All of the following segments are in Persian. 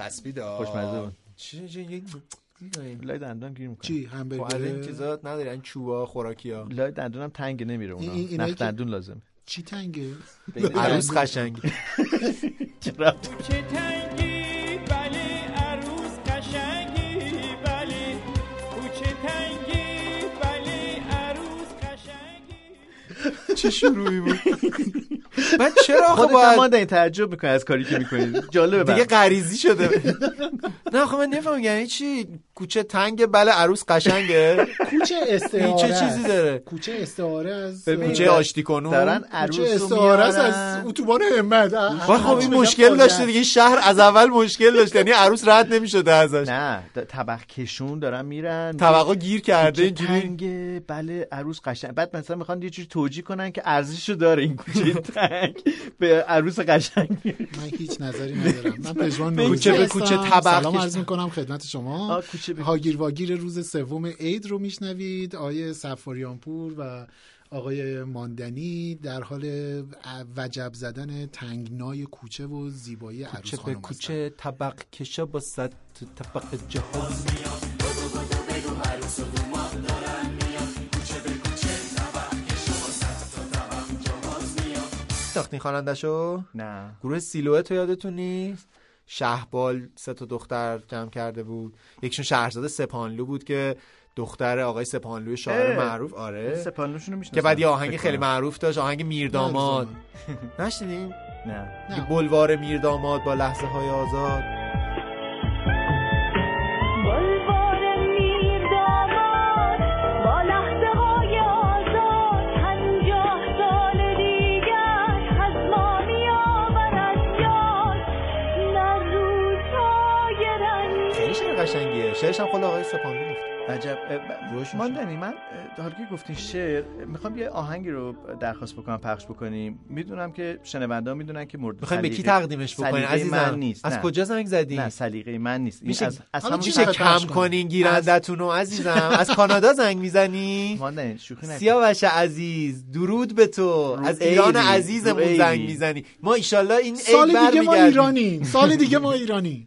چسبید خوشمزه بود. چی لای دندون گیر میکنه. چی همبرگر از این چیزا نداری؟ این چوبا خوراکی‌ها لای دندونم تنگ نمیره اونا. نخ دندون لازم. چی تنگه؟ عروس قشنگ. چرا؟ کوچه تنگی بله عروس قشنگی بله کوچه تنگی بله عروس قشنگی. چه شروعی بود. من چرا آخه خودت باید ما این تعجب میکنی از کاری که میکنید. جالبه دیگه غریزی شده. نه آخه من نفهمم یعنی چی کوچه تنگ بله عروس قشنگه. کوچه استعاره چه چیزی داره؟ کوچه استعاره از کوچه آشتی کنون دارن کوچه عروس رو استعاره میارن از اتوبان همت. خب این مشکل داشته دیگه، شهر از اول مشکل داشت، یعنی عروس رد نمیشده ازش. نه طبق کشون دارن میرن، طبقا گیر کرده اینجوری تنگ بله عروس قشنگ. بعد مثلا میخوان یه جوری توجیه کنن که ارزششو داره این کوچه تنگ به عروس قشنگ. من هیچ نظری ندارم. من پژمان کوچه به کوچه طبق سلام عرض میکنم خدمت شما. هاگیر واگیر روز سوم عید رو میشنوید. آقای صفاریان پور و آقای ماندنی در حال وجب زدن تنگنای کوچه و زیبایی عروس خانم هستن. کوچه به کوچه طبق کشا با صد طبق جهاز داختین خواننده‌شو؟ نه. گروه سیلوئت رو یادتون نیست؟ شهبال 3 تا دختر جمع کرده بود. یکیشون شهرزاد سپانلو بود که دختر آقای سپانلوی شاعر معروف. آره سپانلوشون رو میشناسم که بعد یه آهنگ خیلی معروف داشت، آهنگ میرداماد. نشنیدین؟ نه. بلوار میرداماد با لحظه های آزاد. قشنگیه. شعرش هم خود آقای سپانلو گفت. عجب. ماندنی من حالا که گفتین شعر، میخوام یه آهنگی رو درخواست بکنم پخش بکنیم. میدونم که شنوندا میدونن که مورد میخوایم به کی تقدیمش بکنین عزیزم؟ نیست. از کجا زنگ زدی؟ نه سلیقه من نیست. میشه از همون میشه کم کنین گیرندتونو عزیزم. از کانادا زنگ میزنی؟ ماندنی شوخی نکن. سیاوش عزیز درود به تو. از ایران عزیزمون زنگ میزنی. ما ان شاءالله این سال دیگه ما ایرانی. سال دیگه ما ایرانی.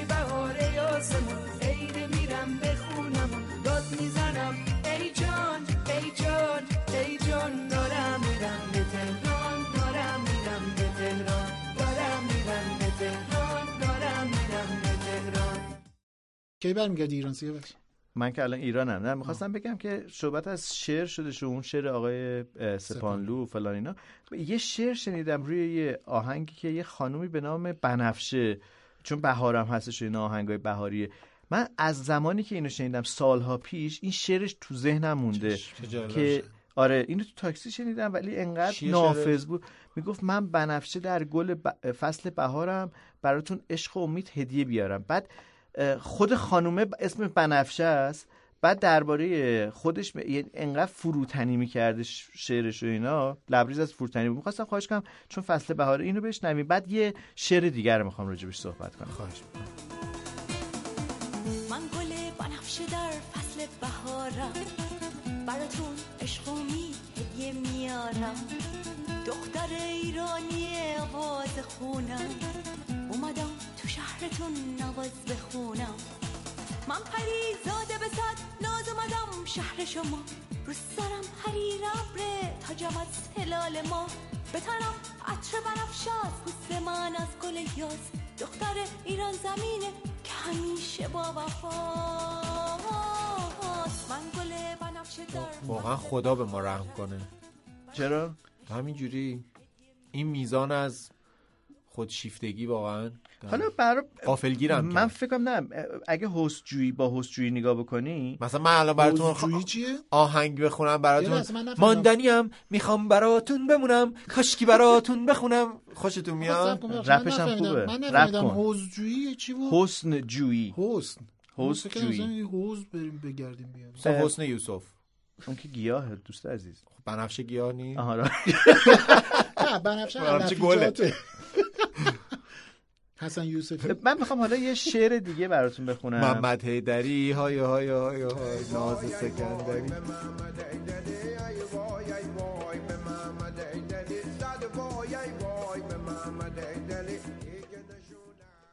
کی برمیگردی ایران سیاوش؟ من که الان ایرانم. نه میخواستم بگم که صحبت از شعر شده شو، اون شعر آقای سپانلو و فلان اینا. یه شعر شنیدم روی یه آهنگی که یه خانومی به نام بنفشه، چون بهارم هستش این آهنگای بهاریه، من از زمانی که اینو شنیدم سالها پیش این شعرش تو ذهنم مونده که آره اینو تو تاکسی شنیدم ولی انقدر نافذ بود. میگفت من بنفشه در گل فصل بهارم براتون عشق و امید هدیه بیارم. بعد خود خانومه اسم بنفشه است. بعد درباره خودش انقدر فروتنی میکرده شعرش و اینا، لبریز از فروتنی بود. میخواستم خواهش کنم چون فصل بهاره اینو بشنویم، بعد یه شعر دیگر رو میخوام راجبش صحبت کنم. خواهش میکنم. من گل بنفشه در فصل بهارم براتون عشق و امید هدیه میارم. دختر ایرانی آواز خونم اومدم تو شهرتون نواز بخونم. من پری زاده به صد ناز اومدم شهر شما. رو سرم حریر ابره تاجم از هلال ما. به تنم عطر بنفشه از پوست من از گل یاس. دختر ایران زمینه که همیشه با وفاست. من گل بنفشه در واقعا خدا به ما رحم کنه. چرا؟ همینجوری این میزان از خودشیفتگی واقعا حالا برای غافلگیرم. من فکرم نه اگه هوسجویی با هوسجویی نگاه بکنی، مثلا من الان براتون آهنگ بخونم براتون، ماندنیم میخوام براتون بمونم کاشکی براتون بخونم، خوشتون میاد؟ رپش هم خوبه. من نفهمیدم هوسجویی چی بود؟ حسن جویی. هوسجویی. هوس بریم بگردیم بیاریم. حسن یوسف اون که گیاه دوست عزیز. خب بنفشه گیاه نیست؟ آها نه بنفشه گله. حسن یوسفی. من میخوام حالا یه شعر دیگه براتون بخونم. محمد حیدری های های های های ناز سکندری.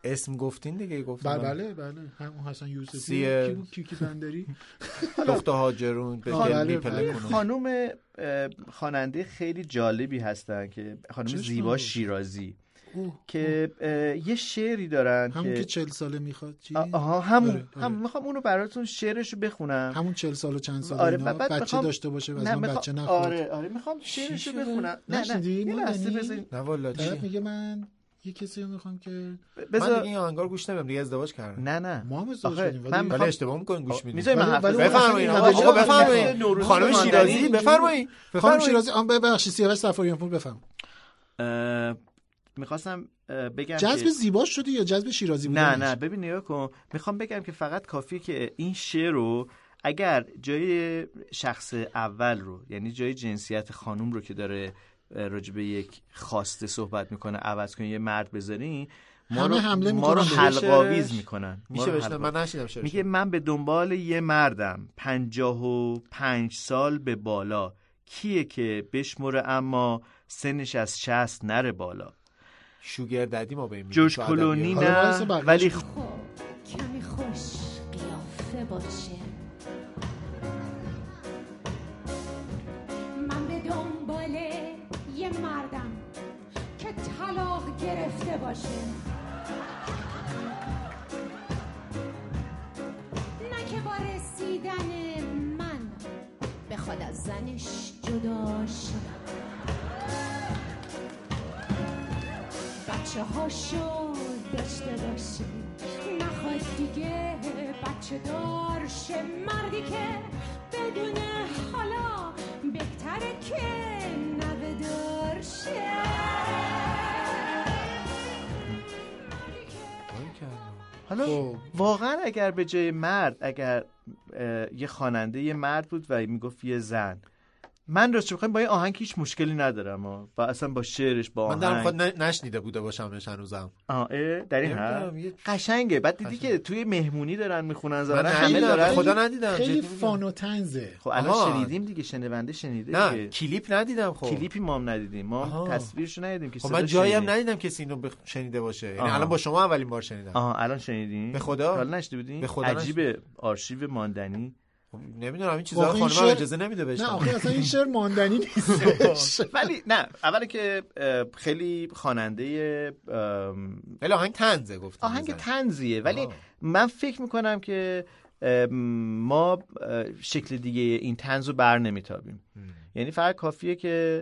اسم گفتین دیگه گفتم. بله همون حسن یوسفی سی کیکی بندری دختر هاجرون به کلمی پله کنون. خانم خواننده خیلی جالبی هستن که خانم زیبا شیرازی که یه شعری دارن همون که 40 ساله میخواد چی؟ همون میخوام اونو براتون شعرشو بخونم. همون 40 سال و چند سال اینا بچه داشته باشه و اصلا بچه نخواد. آره میخوام شعرشو بخونم. نه نه والا میگه من یه کسی رو میخوام که من دیگه این آهنگار گوش نمیدم دیگه ازدواج کردم. نه ما هم ازدواج کردیم ولی اشتباه میکنین گوش میدین. بفرمایید آقا بفرمایید خانم شیرازی بفرمایید. خانم شیرازی ببخشید سیاوش صفاریان پور بفرم. میخواستم بگم جذب زیبا شدی یا جذب شیرازی بود؟ نه ببین نگاه کن، میخوام بگم که فقط کافیه که این شعر رو اگر جای شخص اول رو، یعنی جای جنسیت خانوم رو که داره راجع به یک خواسته صحبت میکنه عوض کنی یه مرد بذارین، ما رو حلق‌آویز میکنن. میشه بشنم من نشیدم شعرش. میگه من به دنبال یه مردم 55 سال به بالا، کیه که بشمره اما سنش از 60 نره بالا. شوگر ددی ما به این جوش کلونی نه ولی کمی خوش قیافه باشه. من به دنبال یه مردم که طلاق گرفته باشه، نه که با رسیدن من بخواد از زنش جدا شه، بچه هاشو داشته باشه، نخواد دیگه بچه دار شه، مردی که بدونه حالا بهتره که نوه دار شه. حالا واقعا اگر به جای مرد، اگر یه خواننده یه مرد بود و میگفت یه زن، من راستش بخوایم با این آهنگ هیچ مشکلی ندارم و اصلا با شعرش با آهنگ من در خود نشنیده بوده باشمش هنوزم. در این حد قشنگه. بعد دیدی که توی مهمونی دارن میخونن زارن همه دارن. خدا ندیدم خیلی فان و طنزه. خب الان شنیدیم دیگه، شنونده شنیده نه دیگه. کلیپ ندیدم. خب کلیپی ما هم ندیدیم، ما تصویرشو ندیدیم که. خب من جایی هم ندیدم کسی اینو شنیده باشه. یعنی الان با شما اولین بار شنیدم. الان شنیدین؟ به خدا حالا نشنیده بودین؟ عجیبه. آرشیو ماندنی نمیدونم این چیزا خانم اجازه نمیده بهش. نه آخه اصلا این شعر ماندنی نیست. ولی نه اولی که خیلی خواننده ولی آهنگ طنزه گفتم. آهنگ طنزیه ولی من فکر میکنم که ما شکل دیگه این طنز رو بر نمیتابیم. یعنی فقط کافیه که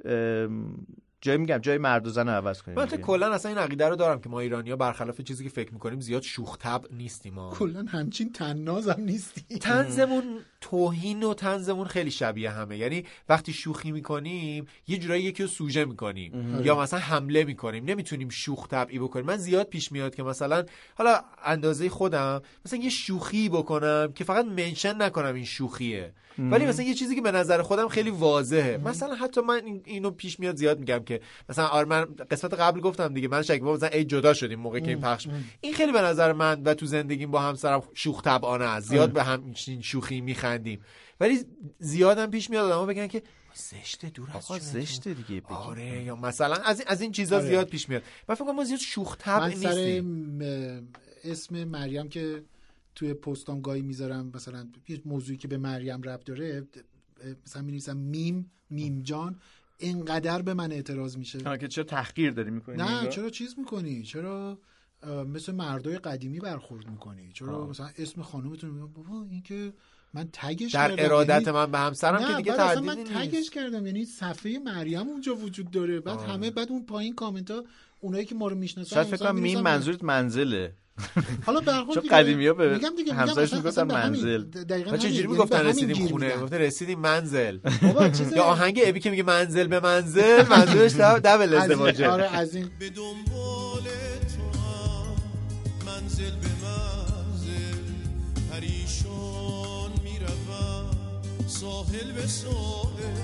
جای مرد و زن رو عوض کنیم. من کلا اصلا این عقیده رو دارم که ما ایرانی‌ها برخلاف چیزی که فکر می‌کنیم زیاد شوخ طبع نیستیم. کلا همچین طناز هم نیستیم. طنزمون توهین و طنزمون خیلی شبیه همه. یعنی وقتی شوخی می‌کنیم یه جورایی یکی رو سوژه می‌کنیم یا مثلا حمله می‌کنیم، نمیتونیم شوخ طبعی بکنیم. من زیاد پیش میاد که مثلا حالا اندازه خودم مثلا یه شوخی بکنم که فقط منشن نکنم این شوخیه، ولی مثلا یه چیزی که به نظر خودم خیلی واضحه. مثلا حتی من اینو پیش میاد زیاد میگم که مثلا من قسمت قبل گفتم دیگه، من شکیبا مثلا ای جدا شدیم موقعی که این پخش این خیلی به نظر من و تو زندگیم با همسرم شوخ طبعانه است، زیاد به همین شوخی میخندیم، ولی زیادم پیش میاد آدم‌ها بگن که زشته، دور از آقا زشته دیگه. آره یا مثلا از این چیزا زیاد پیش میاد. من فکر کنم ما زیاد شوخ طبع نیستیم. من اسم مریم که توی پستام گاهی میذارم، مثلا یه موضوعی که به مریم ربط داره مثلا می‌نویسم میم جان، اینقدر به من اعتراض میشه که چرا تحقیر داری میکنی؟ نه چرا چیز میکنی، چرا مثل مردای قدیمی برخورد میکنی، چرا مثلا اسم خانومتون میگم بابا این که من تگش در کردم، ارادت من به همسرم که دیگه تردیدی نیست. من تگش کردم، یعنی صفحه مریم اونجا وجود داره، بعد همه بعد اون پایین کامنت ها اونایی که ما رو میشناسن شاید فکر کنم میم منظورت منزله. حالا برخورد چون قدیمی‌ها به همسایه‌شون میگفتن منزل. دقیقاً چجوری میگفتن رسیدیم خونه؟ گفتن رسیدیم منزل. یا آهنگ ابی که میگه منزل به منزل، منظورش دبل ازدواجه. آره از این به دنبال تو منزل به منزل پریشان میروم ساحل به ساحل.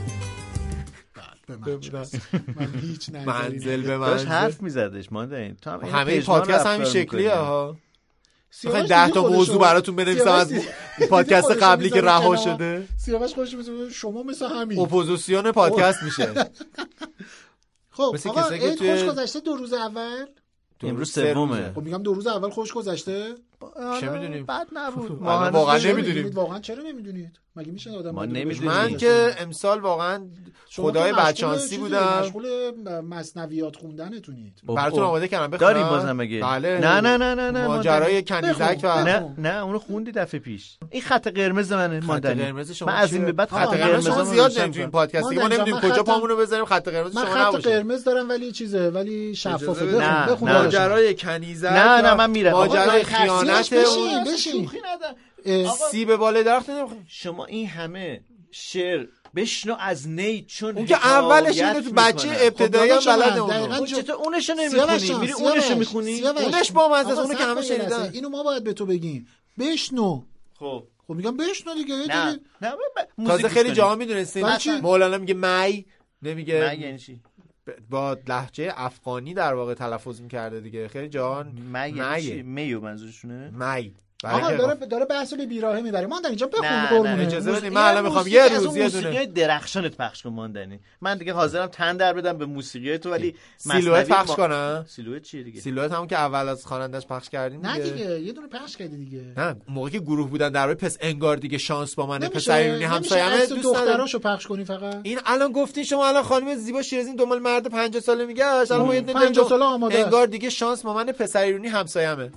من هیچ منزل به داشت منزل حرف میزدش ماندین. تو هم همه پادکست همین شکلیه ها. میخواین 10 تا موضوع براتون بنویسم از پادکست قبلی که رها شده. سیاوش خودش میگه شما مثل همین اپوزیسیون پادکست میشه. خب آقا عید خوش گذشته 2 روز اول امروز سومه. خب میگم 2 روز اول خوش گذشته. چه میدونیم؟ بد نبود. واقعا نمیدونیم. واقعا چرا نمیدونید؟ مگه میشه آدم ما نمیدونیم. من که امسال واقعا خدای بچانسی بودم. مشغول مثنویات خوندنتونید. براتون آماده کردم بخونم. داریم بازم مگه؟ بله. نه ماجرای کنیزک و نه اونو خوندی دفعه پیش. این خط قرمز منه ماندنی. خط قرمز شما من از این به بعد خط قرمز شما زیاد نمی‌تونیم تو این پادکست دیگه ما نمی‌دونیم کجا پامونو بزنیم خط قرمز شما نباشه. من خط قرمز دارم ولی چیزه ولی شفافه. بخون ماجرای کنیزک. نه من میرم. ماجرای خیانت. بشین. سیب بالای درخت نمی‌خوام. شما این همه شعر بشنو از نی چون اون که اولش اینو تو بچه ابتدایی هم بلده اون چطور اونشو نمیخونی میری اونشو میخونی اونش با مزه اونو که همه شنیدن اینو ما باید به تو بگیم بشنو. خب میگم بشنو دیگه. نه تازه خیلی جاها میدونستین مولانا میگه می نمیگه می یعنی چی با لهجه افغانی در واقع تلفظ میکرده دیگه خیلی جاها می میو منظورشونه می. آها داره بحثو به بیراهه میبره. ماندنی اینجا بخون قربونه. اجازه بدید من الان میخوام یه روز یه دونه موسیقی درخشانت پخش کنم ماندنی. من دیگه حاضرم تن در بدم به موسیقی تو ولی سیلوئت پخش کنم. سیلوئت چیه دیگه؟ سیلوئت همون که اول از خواننده‌اش پخش کردیم دیگه. نه دیگه یه دونه پخش کردی دیگه. نه موقعی که گروه بودن در پس انگار دیگه شانس با من پسریونی همسایه‌مه دوست دختراشو پخش کنی فقط. این الان گفتین شما الان خانم زیبا شیرازی دنبال مرد 50 ساله میگه الان ما 50 ساله آماده انگار دیگه شانس با من پسریونی همسایه‌مه.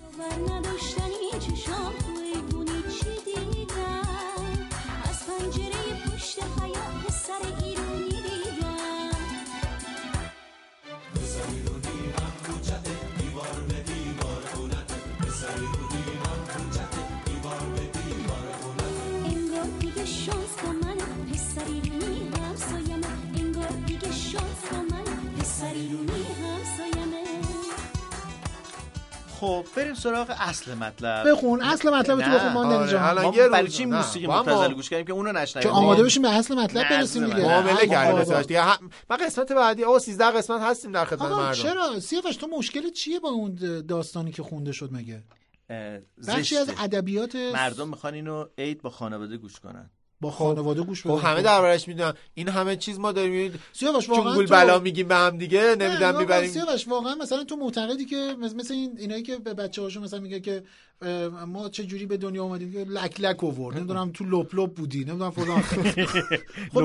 خب بریم سراغ اصل مطلب. بخون اصل مطلب تو بخون ماندنی جان. ما برای چی موسیقی مبتذل گوش کردیم که اونو نشنویم که آماده بشیم به اصل مطلب برسیم دیگه. معامله کردیم بساش دیگه. ما قسمت بعدی 13 قسمت هستیم در خدمت مردم. چرا سیاوش تو مشکل چیه با اون داستانی که خونده شد مگه؟ بخشی از ادبیات مردم میخوان اینو عید با خانواده گوش کنن. با خانواده گوش بدن. خب همه دربارش میدونن. این همه چیز ما داریم سیاوش واقعا چون بلا میگیم به هم دیگه نمیدونم میبریم. سیاوش واقعا مثلا تو معتقدی که مثل اینایی که به بچه‌هاشو مثلا میگه که ما چه جوری به دنیا اومدیم که لک لک آورد نمیدونم تو لپ لپ بودی نمیدونم فلان. خب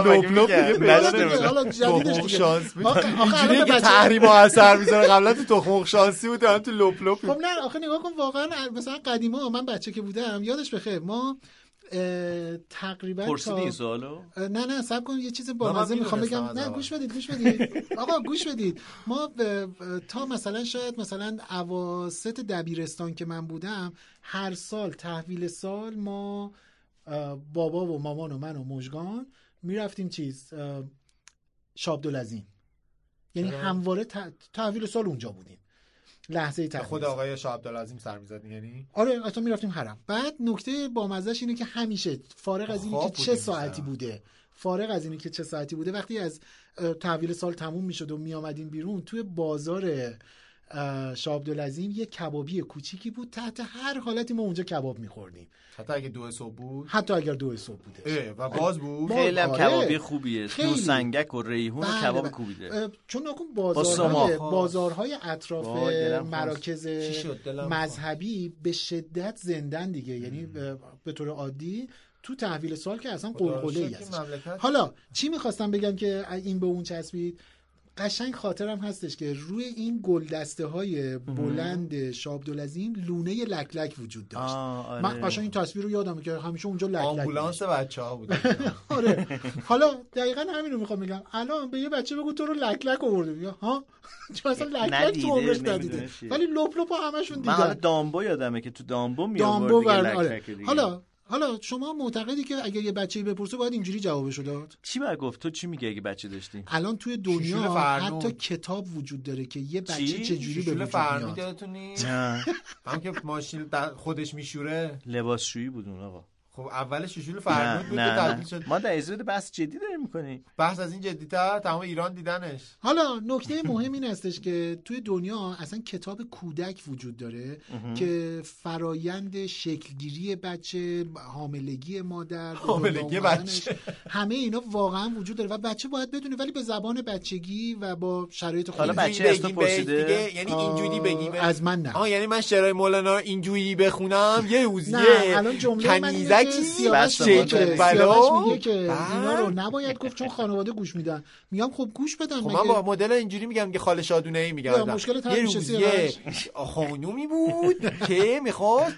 حالا جدیدش دیگه شانس بود اینجوری که تحریم اثر میذاره. قبلا تو تخم شانسی بود الان تو لپ لپ. خب نه آخه نگاه کن واقعا مثلا قدیما من بچه که بودم یادش بخیر ما تقریبا پرسیدی این سوالو؟ نه صبر کن یه چیز بامزه میخوام بگم. نه گوش بدید آقا گوش بدید. ما تا مثلا شاید مثلا اواسط دبیرستان که من بودم هر سال تحویل سال ما بابا و مامان و من و مژگان میرفتیم شابدالعظیم. یعنی همواره تحویل سال اونجا بودیم. لحظه تحویل خود آقای شاه عبدالعظیم سر می‌زد یعنی آره اصلا میرفتیم حرم. بعد نکته بامزه‌اش اینه که همیشه فارغ از اینی که چه ساعتی بوده وقتی از تحویل سال تموم میشد و میآمدیم بیرون توی بازار شاه عبدالعظیم یه کبابی کوچیکی بود. تحت هر حالتی ما اونجا کباب می‌خوردیم. حتی اگه 2 صبح بود. حتی اگر 2 صبح بوده. و باز بود. خیلی هم کبابی خوبیه. تو سنگک و ریحون و کباب خوبیده. چون نکن بازارهای اطراف مراکز مذهبی به شدت زندن دیگه. یعنی به طور عادی تو تحویل سال که اصلا قلقله‌ای هست. حالا چی می‌خواستم بگم که این به اون چسبید؟ قشنگ خاطرم هستش که روی این گلدسته‌های بلند شاه عبدالعظیم لونه لک لک وجود داشت. من قشنگ این تصویر رو یادمه که همیشه اونجا لک لک آمبولانس بچه‌ها بود. آره حالا دقیقاً همین رو میخوام بگم. الان به یه بچه بگو تو رو لک لک آورده یا ها چون اصلا لک لک تو عمرش ندیده ولی لپ لپ همشون دیدن. من دامبو یادمه که تو دامبو میآورد لک لک دیگه. حالا شما معتقدی که اگه یه بچه‌ای بپرسه باید اینجوری جوابشو داد؟ چی باید گفت؟ تو چی میگه اگه بچه داشتی؟ الان توی دنیا حتی کتاب وجود داره که یه بچه چجوری به وجود میاد. نه هم که ماشین خودش میشوره. لباسشویی بود اون آقا. خب اولش ششول فرمود بود که تبدیل شد. ما در ازود بحث جدی داریم میکنیم. بحث از این جدی‌تر تمام ایران دیدنش. حالا نکته مهم این هستش که توی دنیا اصلا کتاب کودک وجود داره که فرایند شکلگیری بچه، حاملگی مادر، حاملگی بچه، همه اینا واقعا وجود داره و بچه باید بدونه، ولی به زبان بچگی و با شرایط خودش. حالا بچه از تو پرسیده دیگه، یعنی اینجوری بگیم از من نه. یعنی من شعرهای مولانا اینجوری بخونم یه روزیه نه الان جمله من اینه که سیاوش میگه که اینا رو نباید گفت چون خانواده گوش میدن. میگم خب گوش بدن. خب من با مدل اینجوری میگم که خاله شادونه‌ای میگم مشکل یه روزیه خانومی بود که میخواست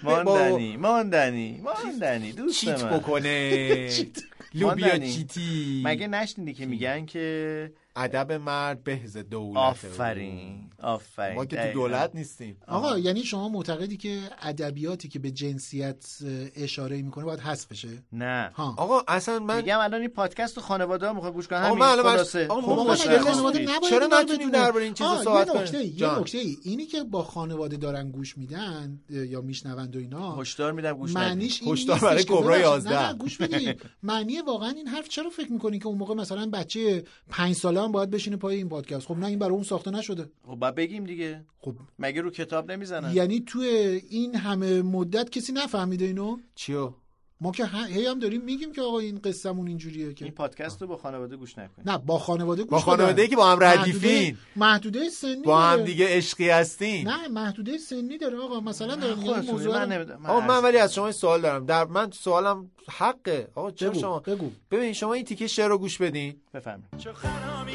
ماندنی دوست چیت بکنه لوبیا چیتی. مگه نشنیدی که میگن که ادب مرد بهز دولت؟ آفرین. ما که تو دولت نیستیم. آقا یعنی شما معتقدی که ادبیاتی که به جنسیت اشاره میکنه باید حذف بشه؟ نه آقا اصلا من میگم الان این پادکست خانواده ها میخواد گوش کنه همین خلاصه. چرا نتونیم درباره این چیزا صحبت کنیم؟ یه نکته اینی که با خانواده دارن گوش میدن یا میشنوند و اینا هشدار میدم گوش ندید. معنیش این هشدار برای کبرا 11. نه گوش بدید. معنی واقعا این حرف چرا فکر میکنی که اون موقع مثلا بچه 5 ساله هم باید بشینه پای این پادکست؟ خب نه این برای اون ساخته نشده. خب بعد بگیم دیگه. خب مگه رو کتاب نمیزنن؟ یعنی توی این همه مدت کسی نفهمیده اینو؟ چیو؟ ما که هی هم داریم میگیم که آقا این قصه‌مون اینجوریه که این پادکست رو با خانواده گوش نکنید. نه با خانواده گوش با خانواده‌ای که با هم ردیفین، محدوده سنی با هم دیگه عشقی هستین. نه محدوده سنی داره آقا. مثلا دارم یه موضوع من ولی از شما سوال دارم. من سوالم حقه آقا. چرا شما بگو. ببین شما این تیکه شعر رو گوش بدین. بفرمایید. چه خرامی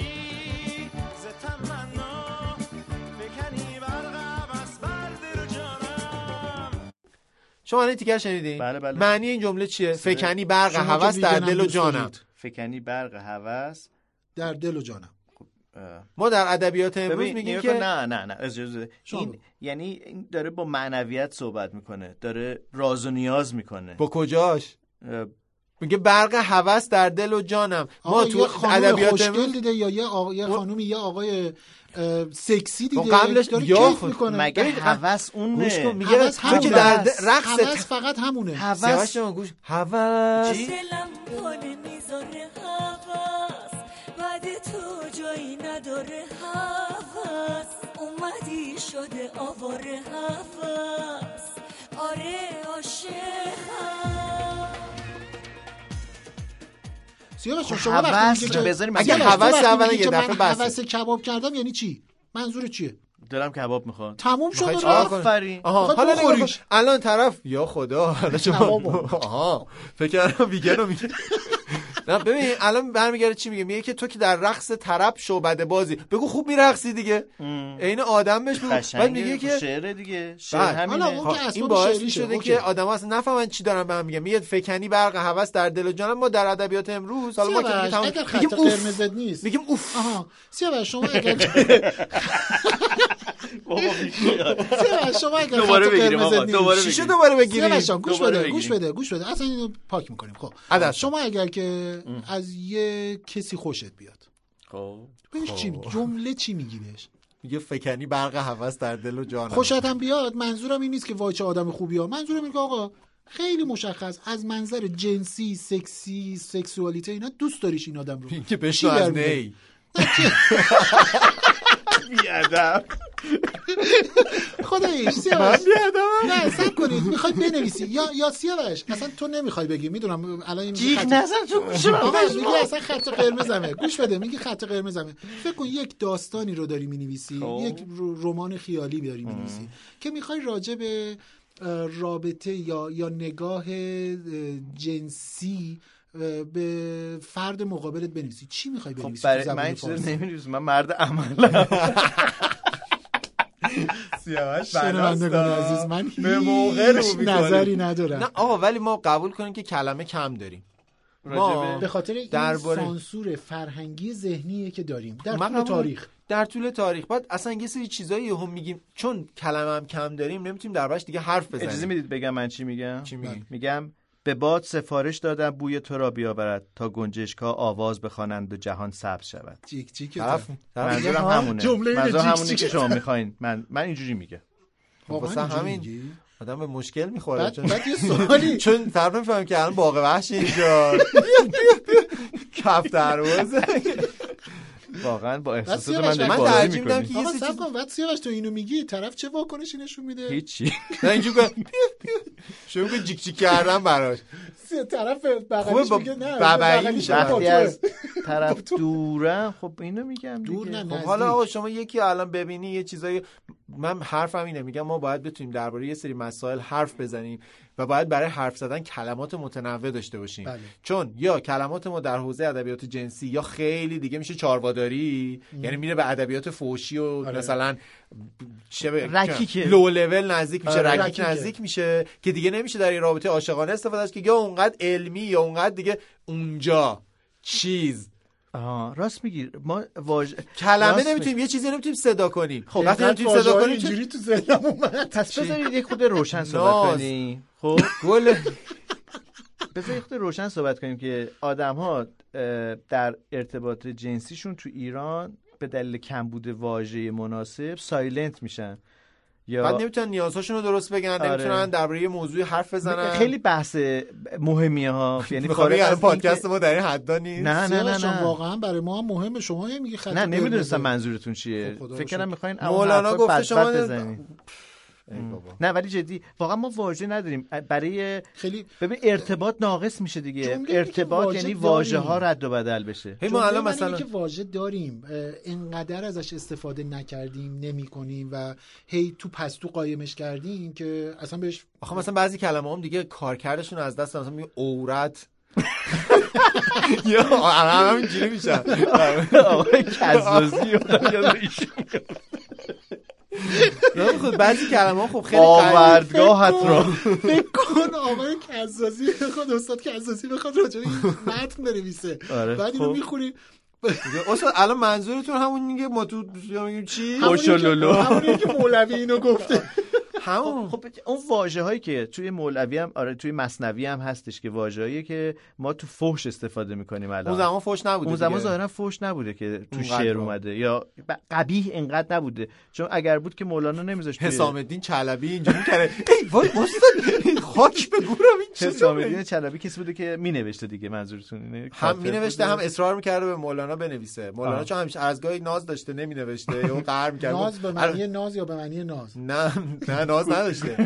ز تمنا فکنی برق بس بر دل و جانم. شما این تیکه شنیدین؟ بله. معنی این جمله چیه؟ فکنی برق هوس در دل و جانم. فکنی برق هوس در دل و جانم. ما در ادبیات امروز میگیم که نه اجازه این یعنی این داره با معنویت صحبت میکنه، داره راز و نیاز میکنه. با کجاش؟ میگه برق هوس در دل و جانم. ما تو ادبیات امروز دیده یا یه خانومی یا آقای سکسی دیده قبلش داره کیف میکنه. مگه هوس اونه؟ میگه تو که در رقص هوس فقط همونه. هوس گوش هوس دلم پانه میذاره هوس بعد تو جایی نداره هوس اومدی شده آواره هوس آره عاشقم. سیاوش شما وقتی میگه بذاریم اگه هوس اول یه دفعه بس هوس کباب کردم یعنی چی؟ منظور چیه؟ دلم کباب میخواد. تموم شد. آفرین. حالا نگاه الان طرف یا خدا حالا شما فکر کنم ویگن رو میگه. نه ببین الان برمیگرده چی میگه؟ میگه که تو که در رقص طرب شعبده بازی بگو خوب میرقصی دیگه. عین آدم بهش بگو. بعد میگه که شعر دیگه. شعر همینه. این باعث شده که آدما اصلا نفهمن چی دارن به هم میگن. میگه فکنی برق هوس در دل و جانم. ما در ادبیات امروز حالا ما که اگر خط قرمز نیست میگیم اوف. سیاوش شما اگر دوباره بگیریم آقا. دوباره بگیریم. گوش بده اصلا اینو پاک میکنیم. خب شما اگر که از یه کسی خوشت بیاد بهش چی جمله چی میگی بهش؟ میگه فکنی برق هوس در دل و جانم. خوشت هم بیاد منظورم این نیست که وای چه آدم خوبی ها. منظورم اینه که آقا خیلی مشخص از منظر جنسی، سکسی، سکسوالیته اینا دوست داریش این آدم رو. که بشو از نی بیادم خداییش سیاوش نه سب کنید میخوای بنویسی یا سیاوش اصلا تو نمیخوای بگی. میدونم الان این جیغ نزن تو گوشم. میگی اصلا خط قرمزمه. گوش بده میگی خط قرمزمه. فکر کن یک داستانی رو داری مینویسی، یک رمان خیالی داری مینویسی که میخوای راجع به رابطه یا نگاه جنسی به فرد مقابلت بنویسی. چی میخوای بنویسی؟ من چیز نمی‌نویسم. من مرد عملم. سیاوش شنوندگان عزیز من هیچ نظری ندارم. نه آقا ولی ما قبول کنیم که کلمه کم داریم. ما به خاطر این سانسور فرهنگی ذهنیه که داریم در طول تاریخ بعد اصلا یه سری چیزایی هم میگیم چون کلمه هم کم داریم نمیتونیم دربارش دیگه حرف بزنیم. اجازه میدید بگم من چی میگم؟ میگم به باد سفارش دادم بوی تو را بیاورد تا گنجشک‌ها آواز بخوانند و جهان سبز شود. چیک چیک. منظورم همونه. منظورم همونه که شما میخواین. من اینجوری میگم. واسه همین آدم به مشکل میخوره. بعد یه سوالی چون طرف میفهمم که الان باغ وحش اینجا کف دروازه. واقعا با احساسات من ترجیح میدم که آقا صبر کن، بعد سیاوش تو اینو میگی طرف چه واکنشی نشون میده؟ هیچی. نه اینجوری شروع کنه جیک جیک کردن براش. طرف بغلش میگه نه بغلی میشه. وقتی از طرف دورن خب اینو میگم دور نه. خب حالا آقا شما یکی الان ببینی یه چیزایی، من حرفم اینه، میگم ما باید بتونیم درباره یه سری مسائل حرف بزنیم و باید برای حرف زدن کلمات متنوع داشته باشیم. بله. چون یا کلمات ما در حوزه ادبیات جنسی یا خیلی دیگه میشه چارواداری، یعنی میره به ادبیات فحشی و مثلا رکیک لو لول نزدیک میشه، رکیک نزدیک میشه که دیگه نمیشه در این رابطه عاشقانه استفاده از که یا اونقدر علمی یا اونقدر دیگه اونجا چیز. راست میگی. ما کلمه نمیتونیم یه چیزی نمیتونیم صدا کنیم. خب وقتی نمیتونیم صدا کنیم اینجوری تو ذهنم اومد. پس بذارید یه خود روشن صحبت کنیم. خب گل بذارید یه خود روشن صحبت کنیم که آدم‌ها در ارتباط جنسیشون تو ایران به دلیل کمبود واژه مناسب سایلنت میشن یا بعد نمیتونن نیازهاشون رو درست بگن. نمیتونن درباره یه موضوعی حرف بزنن. خیلی بحث مهمیه ها. یعنی خارج از پادکست ما در این حدا نیست. نه واقعا برای ما هم مهمه. شما میگی خط نه نمیدونستم منظورتون چیه. فکر کردم میخواین مولانا گفته شما بزنید. نه ولی جدی واقعا ما واژه نداریم برای خیلی ببین ارتباط ناقص میشه دیگه. ارتباط یعنی واژه ها رد و بدل بشه. ما الان مثلا که واژه داریم اینقدر ازش استفاده نکردیم نمی‌کنیم و هی تو پستو قایمش کردیم که اصلا بهش آخه مثلا بعضی کلمه هم دیگه کارکردشون از دست مثلا میگه عورت یا همینجوری میشن. آقای کزازی یاد ایشون خب بعضی کلمه خب خیلی آوردگاهت رو فکر کن آقای کزازی بخواد استاد کزازی بخواد راجع به این متن بنویسه. بعد اینو میخونی استاد الان منظورتون همون میگه ما تو میگیم چی؟ همونی که مولوی اینو گفته. همون خب اون واژه‌هایی که توی مولوی هم توی مثنوی هم هستش که واژه‌هایی که ما تو فحش استفاده می‌کنیم الان. اون زمان فحش نبوده. اون زمان ظاهرا فحش نبوده که تو شعر اومده یا قبیح اینقدر نبوده. چون اگر بود که مولانا نمیذاشت. حسام الدین چلبی اینجوری کرده. ای وای استاد خاک به گورم این چیزا. حسام الدین چلبی کسی بوده که مینوشته دیگه. منظورتون اینه هم مینوشته هم اصرار می‌کرده به مولانا بنویسه. مولانا چون همیشه از گاهی ناز داشته نمینوشته یا قهر می‌کرد. ناز به معنی ناز یا به معنی ناز؟ نه ناز نداشته.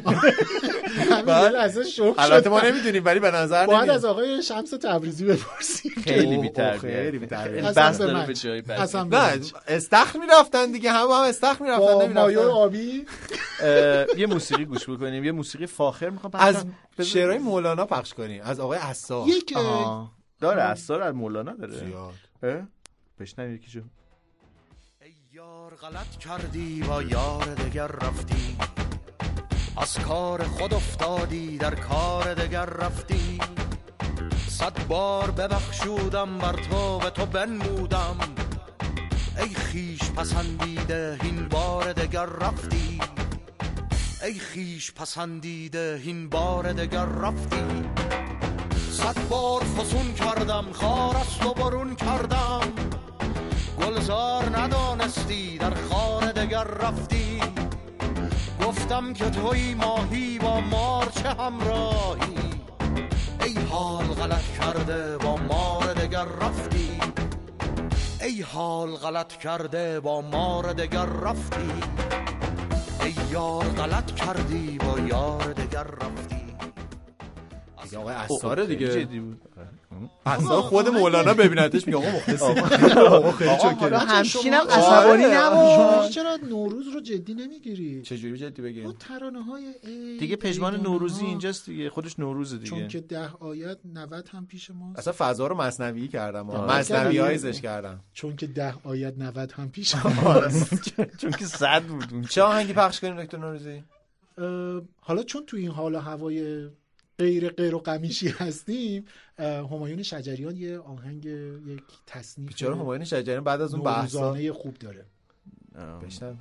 بعد ازش شوک شد. البته ما نمیدونیم ولی به نظر باید از آقای شمس تبریزی بپرسیم. خیلی بی‌تربیت. بس داره به جای بس. نه استخر میرفتن دیگه، هم استخر میرفتن نمیرفتن. مایو آبی یه موسیقی گوش بکنیم. یه موسیقی فاخر میخوام از شعرهای مولانا پخش کنیم. از آقای عصا داره. عصا از مولانا داره زیاد. بشنویم یکیشو. ای یار غلط کردی با یار دگر رفتی، از کار خود افتادی در کار دگر رفتی. 100 بار ببخشودم بر تو و تو بنمودم، ای خیش پسندیده این بار دگر رفتی. ای خیش پسندیده این بار دگر رفتی. 100 بار فسون کردم خار از تو برون کردم، گلزار ندانستی در خار دگر رفتی. گفتم که توی ماهی با مار چه همراهی، ای حال غلط کرده با مار دگر رفتی. ای حال غلط کرده با مار دگر رفتی. ای یار غلط کردی با یار دگر رفتی. دیگه آقای عصاره دیگه عصا خود مولانا ببینتش میگه آقا مخلصی. آقا خیلی چاکره. همچینم عصبانی نباش. چرا نوروز رو جدی نمیگیری؟ چجوری جدی بگیم؟ ترانه‌های دیگه پژمان نوروزی اینجاست دیگه، خودش نوروزه دیگه. چون که 10 آیت 90 هم پیش ماست. اصلا فضا رو مثنوی کردم، مثنویایزش کردم. چون که 10 آیت 90 هم پیش ماست. چون که 100 بود. چه آهنگی پخش کنیم دکتر نوروزی؟ حالا چون تو این حال و هوای غیر و قمیشی هستیم، همایون شجریان یه آهنگ یک تصنیف بیچاره همایون شجریان بعد از اون بحثا خوب داره. بشنویم.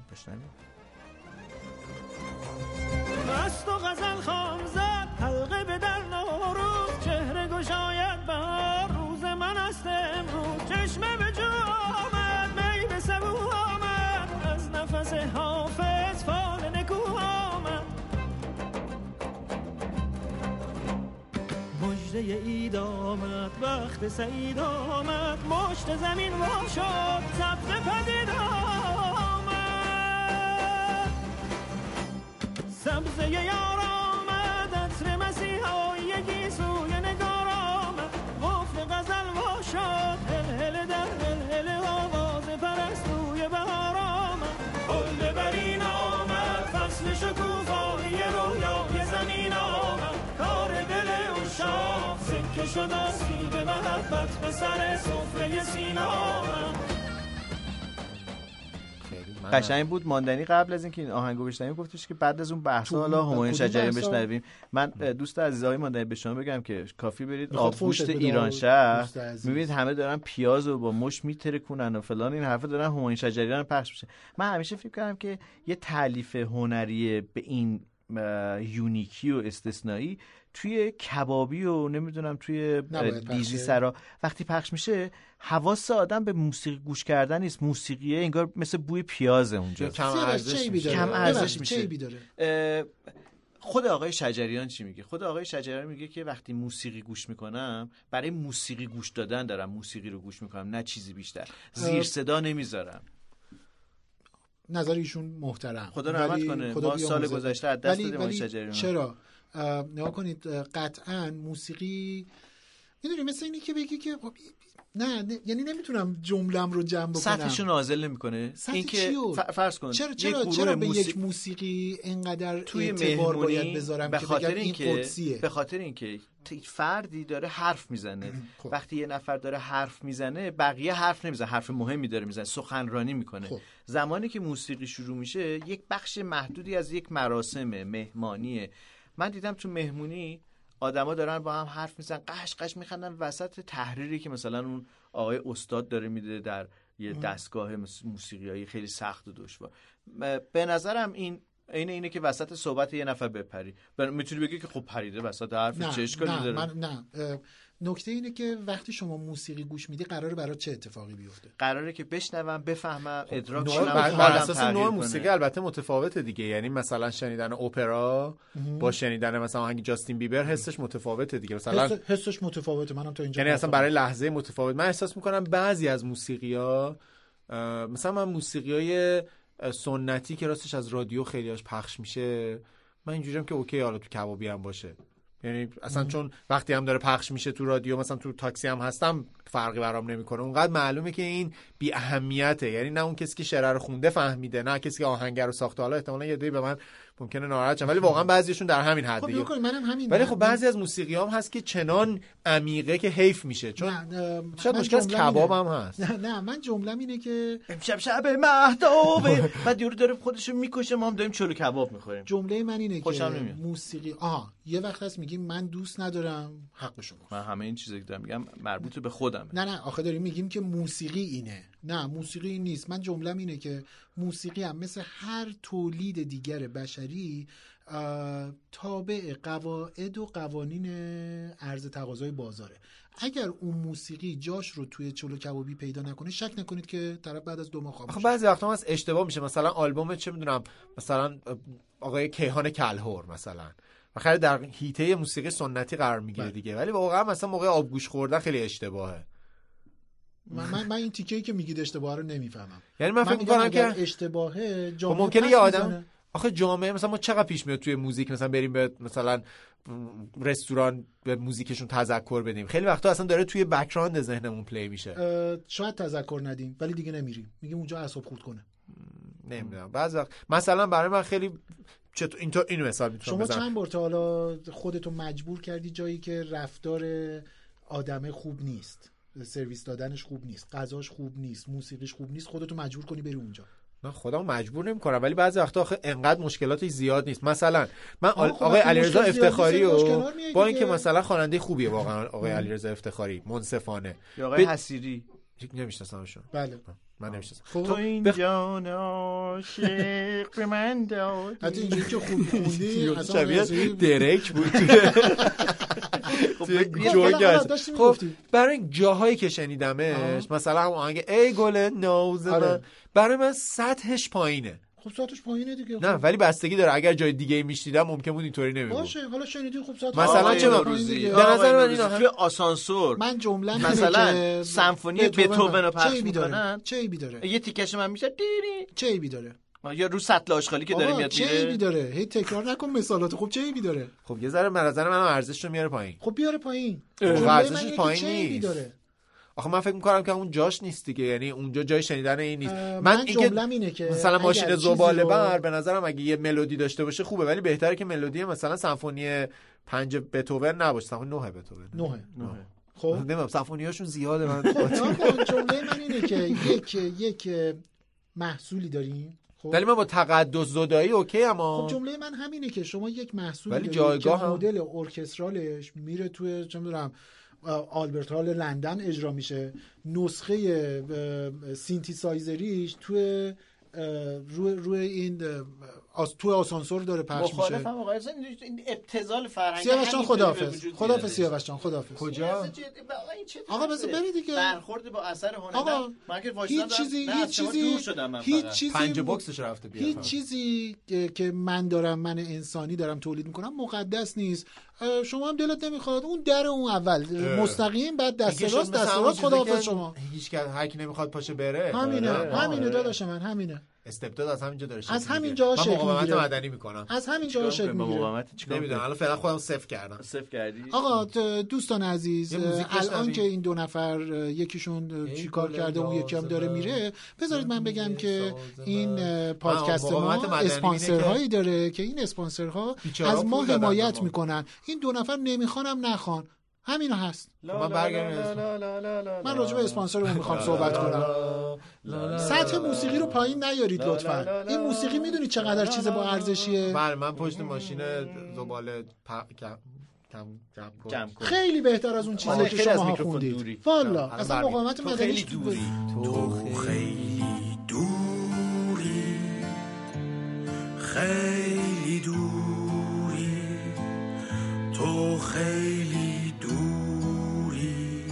مست و غزل خام زد حلقه به در نوروز، چهره گشاید بهار روز من است امروز. چشمه به جو آمد می به سبو آمد، از نفس حافظ فال نکو آمد. اید آمد، وقت سعید آمد، مشت زمین وا شد، سبز پدید آمد، سبزه یار آمد، عطر مسیحایی گیسوی نگار آمد، قفل غزل وا شد، هل در هل آواز پرستوی بهار آمد، گل برین آمد، فصل شکوفایی رویای زمین آمد، کار دل عشاق سکه شد از سیب محبت به سر سفره سینا آمد. قشنگ بود. ماندنی قبل از اینکه این آهنگو بشنویم گفتش که بعد از اون بحثا حالا همایون شجریان بشنویم. من دوست عزیزای ماندنی به شما بگم که کافی برید آبگوشت ایران شهر، میبینید همه دارن پیازو با مش میترکونن و فلان، این حرفا دارن همایون شجریان پخش میشه. من همیشه فکر کردم که یه تالیف هنری به این یونیکی و استثنایی توی کبابی و نمیدونم توی دیزی سرا وقتی پخش میشه حواس آدم به موسیقی گوش کردن نیست، موسیقیه انگار مثل بوی پیازه اونجا، کم ارزش میشه. خود آقای شجریان چی میگه؟ خود آقای شجریان میگه که وقتی موسیقی گوش میکنم برای موسیقی گوش دادن دارم موسیقی رو گوش میکنم، نه چیزی بیشتر، زیر صدا نمیذارم. نظر ایشون محترم، خدا رحمت کنه. ما سال گذشته از دست دادیم آقای شجریان. چرا؟ نگاه کنید، قطعاً موسیقی میدونی مثل اینی که بگی که نه یعنی نمیتونم جمله‌ام رو جمع بکنم، سطحشو نازل نمیکنه. این که فرض کن چرا به یک موسیقی اینقدر توی اعتبار باید بذارم که بگم این قدسیه؟ به خاطر اینکه فردی داره حرف میزنه. وقتی یه نفر داره حرف میزنه بقیه حرف نمیزنه، حرف مهمی داره میزنه، سخنرانی میکنه. زمانی که موسیقی شروع میشه یک بخش محدودی از یک مراسم مهمانیه. من دیدم تو مهمونی آدما دارن با هم حرف میزنن، قش قش میخندن وسط تحریری که مثلا اون آقای استاد داره میده در یه دستگاه موسیقیایی خیلی سخت و دشوار. به نظرم اینه که وسط صحبت یه نفر بپری، میتونی بگی که خب پریده وسط حرف، چه اشکالی داره؟ نه نکته اینه که وقتی شما موسیقی گوش میدی قراره برات چه اتفاقی بیفته؟ قراره که بشنوم، بفهمم، ادراک کنم. بر اساس نوع موسیقی البته متفاوته دیگه. یعنی مثلا شنیدن اپرا با شنیدن مثلا آهنگ جاستین بیبر حسش متفاوته دیگه. مثلا حسش متفاوته. منم تا اینجا یعنی اصلا برای لحظه متفاوت. من احساس میکنم بعضی از موسیقی‌ها، مثلا من موسیقیای سنتی که راستش از رادیو خیلیاش پخش میشه، من اینجوریم که اوکی حالا تو کبابی هم باشه، یعنی اصلا چون وقتی هم داره پخش میشه تو رادیو، مثلا تو تاکسی هم هستم فرقی برام نمیکنه. اونقدر معلومه که این بی اهمیته، یعنی نه اون کسی که شعر رو خونده فهمیده، نه کسی که آهنگ رو ساخته. حالا احتمالاً یه دی به من ممکنه ناراحت شن، ولی واقعا بعضیشون در همین حد دیگه. خب منم همین. ولی خب بعضی از موسیقیام هست که چنان عمیقه که حیف میشه، چون شاید مشکل از کبابم هست. نه من جمله‌م اینه که امشب شب مهتابه بعد یورو داره خودشو میکشه، ما هم داریم چلو کباب میخوریم. جمله من اینه که موسیقی یه وقت هست میگیم من دوست ندارم، حق شما. من همه این چیزا که دارم میگم مربوط به خودمه. نه آخه داریم میگیم که موسیقی اینه. نه موسیقی این نیست. من جمله‌م اینه که موسیقی هم مثل هر تولید دیگر بشری تابع قواعد و قوانین عرض تقاضای بازاره. اگر اون موسیقی جاش رو توی چلو کبابی پیدا نکنه، شک نکنید که طرف بعد از 2 ماه خواب میشه. بعضی وقتا هست اشتباه میشه. مثلا آلبوم چه میدونم مثلا آقای کیهان کلهر مثلا بخاطر در حیطه موسیقی سنتی قرار میگیره دیگه، ولی واقعا مثلا موقع آبگوش خوردن خیلی اشتباهه. من این تیکه‌ای که میگید اشتباهه رو نمیفهمم. یعنی من فکر می‌کنم که اشتباهه جامعه ممکنه یه آدم آخه جامعه مثلا ما چقدر پیش میاد توی موزیک مثلا بریم به مثلا رستوران به موزیکشون تذکر بدیم، خیلی وقتا اصلا داره توی بک‌گراند ذهنمون پلی میشه. شاید تذکر ندیم ولی دیگه نمیریم، میگیم اونجا اعصاب خورد کنه. نمیدونم بعضی وقت مثلا برای من خیلی چطور اینو مثال میتونم بزنم. شما چند بار تا حالا خودتو مجبور کردی جایی که رفتار آدمه خوب نیست، سرویس دادنش خوب نیست، غذاش خوب نیست، موسیقیش خوب نیست، خودتو مجبور کنی بری اونجا؟ من خودم مجبور نمی‌کنم، ولی بعضی وقتا آخه انقدر مشکلاتش زیاد نیست. مثلا من آقای علیرضا افتخاری رو با اینکه مثلا خواننده خوبیه واقعا آقای علیرضا افتخاری منصفانه، یا آقای حسیری نمی‌شناسمشون. بله من نمی‌شناسم. تو این جان عاشق به من داد. حتی اینجوری که خوب خوندی اصلا درک بود. خب برای جاهایی که شنیدمش مثلا هم آهنگ ای گل نوز من برای من سطحش پایینه. خب ساعتش پایینه دیگه. نه ولی بستگی داره، اگر جای دیگه میشنیدم ممکن بود اینطوری نمیگفت. باشه حالا شنیدی خب ساعت مثلا چه روزی به نظر من اینا توی آسانسور من جمله مثلا سمفونی بتوون رو پخش میکنن، چه ایبی داره؟ یه تیکش من میشه دیری، چه ایبی داره؟ یا رو سطل آشغالی که داره میاد چه ایبی داره؟ هی تکرار نکن مثالات. خب چه ایبی داره؟ خب یه ذره به نظر من ارزشش رو میاره پایین. خب بیاره پایین. ارزشش پایین نیست. داره. آخه من فکر می‌کنم که اون جاش نیست دیگه، یعنی اونجا جای شنیدن این نیست. من جمله‌م اینه که مثلا ماشین زباله بر به نظرم اگه یه ملودی داشته باشه خوبه، ولی بهتره که ملودی مثلا سمفونی 5 بتوون نباشه، سمفونی 9 بتوون. 9. خب نمیدونم سمفونیاشون زیاده. من جمله من اینه که یک محصولی داریم، ولی من با تقدس زدایی اوکی. اما خب جمله من همینه که شما یک محصول ولی جایگاه هم مدل ارکسترالش میره توی چه می‌دونم آلبرت هال لندن اجرا میشه، نسخه سینتیسایزریش توی روی این توی آسانسور داره پخش میشه. مخالفم آقا، این ابتذال فرهنگی. سیاوش جان خداحافظ. سیاوش جان خداحافظ. کجا؟ آقا بس بری دیگه. برخورد با اثر هنر. من که هیچ چیزی 5 بوکسش رفته بیاد. هیچ چیزی که من انسانی دارم تولید میکنم مقدس نیست. شما هم دلت نمیخواد اون در اون اول مستقیم بعد دست راست خداحافظ شما. هیچ هر کی نمیخواد پاشه بره. همینه داداش من، همینه. استبداد از همینجا داره از همینجا شکل میگیره. مقاومت مدنی میکنم. از همینجا شکل میگیره. نمیدونم الان فعلا خودم صفر کردم. صفر کردی؟ آقا دوستان عزیز، الان که این دو نفر یکیشون چیکار کرده اون یکی هم داره میره، بذارید من بگم که این پادکست ما اسپانسرهایی داره که این اسپانسرها از ما حمایت میکنن. این دو نفر نمیخوانم نخوان، همینا هست. من برگردم من راجع به اسپانسرمون میخوام صحبت کنم. سطح موسیقی رو پایین نیارید لطفاً. این موسیقی میدونید چقدر چیز با ارزشیه؟ بله من پشت ماشین زباله جمع کنم. خیلی بهتر از اون چیزی که شما خوندید. والا اصلا مقاومت مدنی خیلی دوری. تو خیلی دوری، خیلی دوری، تو خیلی دوری،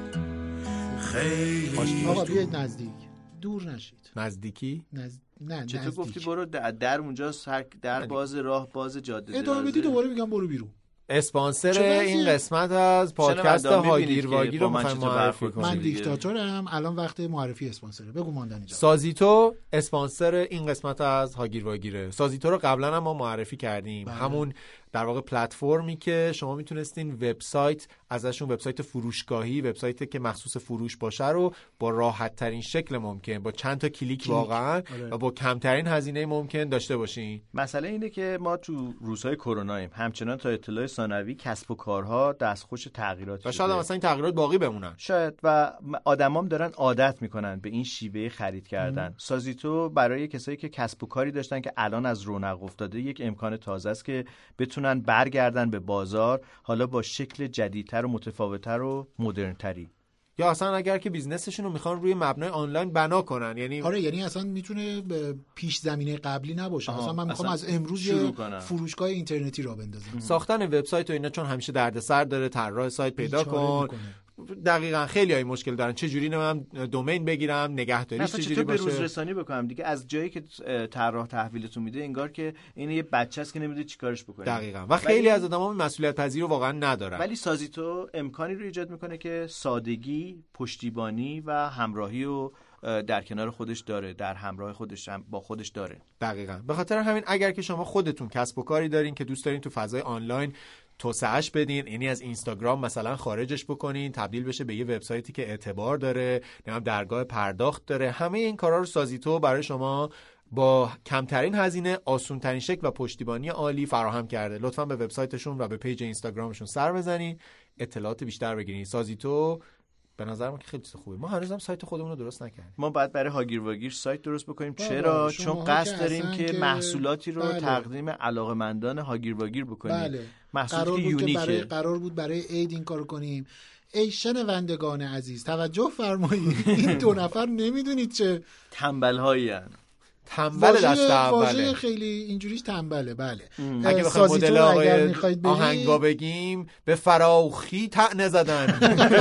خیلی. آقا بیاید نزدیک، دور نشید. نزدیکی؟ نه چطور گفتی برو در اونجاست، در باز راه باز جاده ادامه بدی دوباره میگم برو بیرون. اسپانسر این قسمت از پادکست هاگیر واگیر رو میخوایم معرفی کنیم. من دیکتاتورم، الان وقت معرفی اسپانسره. بگو ماندنی جان. سازیتو اسپانسر این قسمت از هاگیر واگیره. سازیتو رو قبلا هم ما معرفی کردیم. همون در واقع پلتفرمی که شما میتونستین وبسایت ازشون، وبسایت فروشگاهی، وبسایتی که مخصوص فروش باشه رو با راحت ترین شکل ممکن، با چند تا کلیک واقعا و با کمترین هزینه ممکن داشته باشین. مسئله اینه که ما تو روزهای کروناییم، همچنان تا اطلاع ثانوی کسب و کارها دستخوش تغییرات و شاید مثلا این تغییرات باقی بمونن، شاید، و آدمام دارن عادت میکنن به این شیوه خرید کردن. سازیتو برای کسایی که کسب و کاری داشتن که الان از رونق افتاده یک امکان تازه است که بتونن برگردن به بازار، حالا با شکل جدیدتر و متفاوت‌تر و مدرن‌تری. یا اصلا اگر که بیزنسشون رو میخوان روی مبنای آنلاین بنا کنن، یعنی آره، یعنی اصلا میتونه پیش زمینه قبلی نباشه. مثلا من میخوام از امروز فروشگاه اینترنتی را بندازم. ساختن وبسایت و اینا چون همیشه دردسر داره، طراح سایت پیدا کن. دقیقاً خیلی های مشکل دارن، چه جوری من دومین بگیرم، نگهداریش چه جوری باشه، به روز رسانی بکنم دیگه. از جایی که طراح تحویلتون میده انگار که این یه بچه است که نمیدونه چیکارش بکنه. دقیقاً. و خیلی از آدما مسئولیت پذیری رو واقعا ندارن. ولی سازیتو امکانی رو ایجاد میکنه که سادگی، پشتیبانی و همراهی رو در کنار خودش داره، در همراه خودش با خودش داره. دقیقاً. به خاطر همین اگر که شما خودتون کسب و کاری دارین که دوست دارین تو فضای آنلاین توسعهش بدین، یعنی از اینستاگرام مثلا خارجش بکنین، تبدیل بشه به یه وبسایتی که اعتبار داره، نمیدونم درگاه پرداخت داره، همه این کارا رو سازیتو برای شما با کمترین هزینه، آسون‌ترین شکل و پشتیبانی عالی فراهم کرده. لطفاً به وبسایتشون و به پیج اینستاگرامشون سر بزنین، اطلاعات بیشتر بگیرین. سازیتو به نظر من که خیلی خوبه. ما هنوزم سایت خودمون رو درست نکردیم. ما باید برای هاگیر واگیر سایت درست بکنیم. چرا؟ چون قصد داریم که محصولاتی رو تقدیم علاقه‌مندان هاگیر واگیر بکنیم. محصولاتی یونیکه. قرار بود برای عید این کارو کنیم. ای شنوندگان عزیز توجه فرمایید، این دو نفر نمیدونید چه تنبل‌هایی ان. تنبل دست اوله. واژه خیلی اینجوریش تنبله. بله. اگه بخوایم مدل آقای آهنگا بگیم، به فراخی طعنه زدن.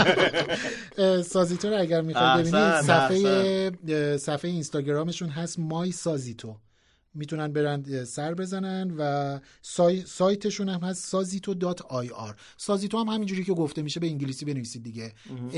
سازیتو رو اگر میخواید ببینید، صفحه اینستاگرامشون هست مای سازیتو. میتونن برن سر بزنن و سایتشون هم هست sazito.ir. سازیتو هم همینجوری که گفته میشه به انگلیسی بنویسید دیگه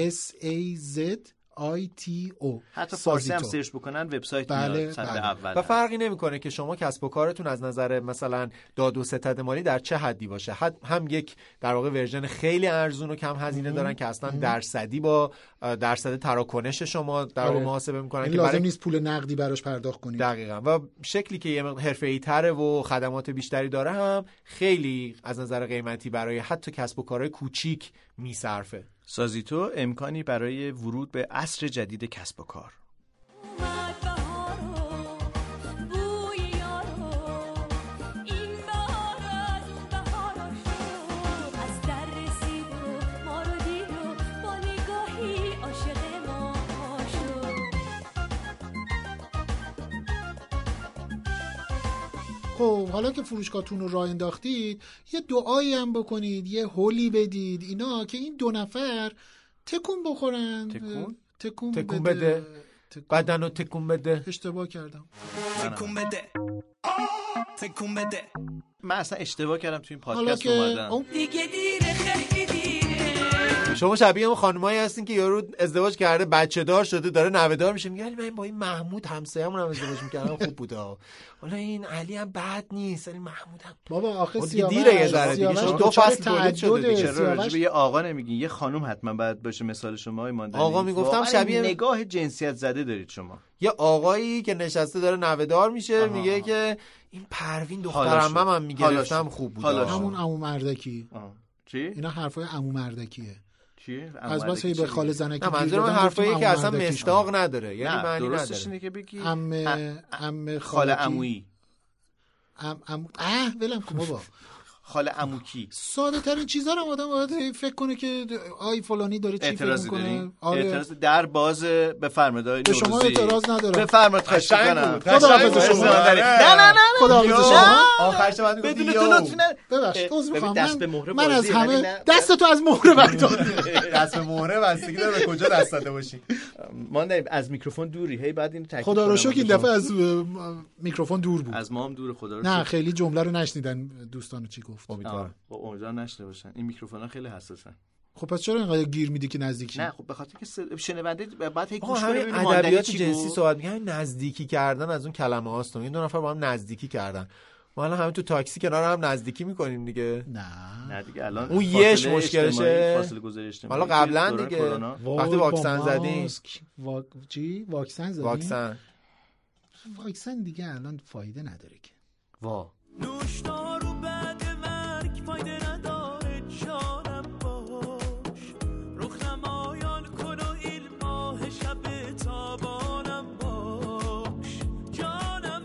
SAZITO. حتی فارسی هم سرچ بکنن وبسایت میاد صد اول. و فرقی نمیکنه که شما کسب و کارتون از نظر مثلا داد و ستد مالی در چه حدی باشه. هم یک در واقع ورژن خیلی ارزون و کم هزینه دارن که اصلا درصدی با درصد تراکنش شما در واقع محاسبه میکنن که لازم نیست پول نقدی براش پرداخت کنید. دقیقاً. و شکلی که یه حرفه‌ای تره و خدمات بیشتری داره هم خیلی از نظر قیمتی برای حتی کسب و کارهای کوچیک میصرفه. سازیتو امکانی برای ورود به عصر جدید کسب و کار. خب حالا که فروشگاهتون رو راه انداختید یه دعایی هم بکنید، یه هولی بدید اینا که این 2 نفر تکون بخورن. تکون بده. بدن رو تکون بده. اشتباه کردم. تکون بده. من اصلا اشتباه کردم تو این پادکست اومدم. دیگه دیره، خیلی دیره. شما شبیه اون خانمایی هستین که یارو ازدواج کرده بچه دار شده داره نوه‌دار میشه میگه من با این محمود همسایه‌مون هم ازدواج میکردم خوب بوده، حالا این علی هم بد نیست، این محمود هم بابا آخه سیاوش دیره یه ذره دیگه. شما 2 فصل تولید شده دیگه. چرا راجع به یه آقا نمیگین؟ یه خانم حتما باید باشه مثال شما ماندنی. آقا میگفتم شبیه نگاه جنسیت زده دارید شما. یه آقایی که نشسته داره نوه‌دار میشه میگه که این پروین دخترم هم میگرفتم خوب بود. همون عمو مردکی. چی؟ اینا حرفای عمو مردکیه. چیه؟ از بس به خاله زنکی. نه منظورم حرفایی که اصلا مصداق نداره، یعنی معنی نداره. درستش اینه که بگی عمه خاله عمویی. ولم کن بابا. خاله عموکی. ساده ترین چیزا رو آدم باید فکر کنه که آی فلانی داره چی فکر میکنه. اعتراض در باز بفرمایید آقای نوروزی. به شما اعتراض ندارم. بفرمایید خواهش می‌کنم. خداحافظ شما. نه خداحافظ شما. آخرش بعد بدون تو لطفی نه. ببخشید عذر می‌خوام. من از همه دستتو از مهره برداشتم. دست به مهره بستگی داره به کجا دست داده باشی. ما از میکروفون دوری، هی بعد اینو تاکید خدا رو شکر این دفعه از میکروفون دور بود. از ما هم دوره خدا رو. نه خیلی جمله رو نشنیدن دوستانو چی گفت. امیدوارم نشته باشن. این میکروفونا خیلی حساسن. خب پس چرا اینقدر گیر میدی که نزدیکی؟ نه خب به خاطر که شنونده بعد هی گوش کنه ببینه ادبیات جنسی صحبت میگه. نزدیکی کردن از اون کلمه هاست. این 2 نفر با هم نزدیکی کردن. ما الان همین تو تاکسی کنار هم نزدیکی میکنیم دیگه. نه دیگه الان اون یهش مشکلشه. فاصله گذاری اجتماعی. حالا قبلا دیگه وقتی واکسن زدیم. چی؟ واکسن زدیم؟ واکسن دیگه الان فایده نداره که. نوشدارو بعد مرگ فایده نداره، جانم باش رخم آیان کن و این ماه شب تابانم باش، جانم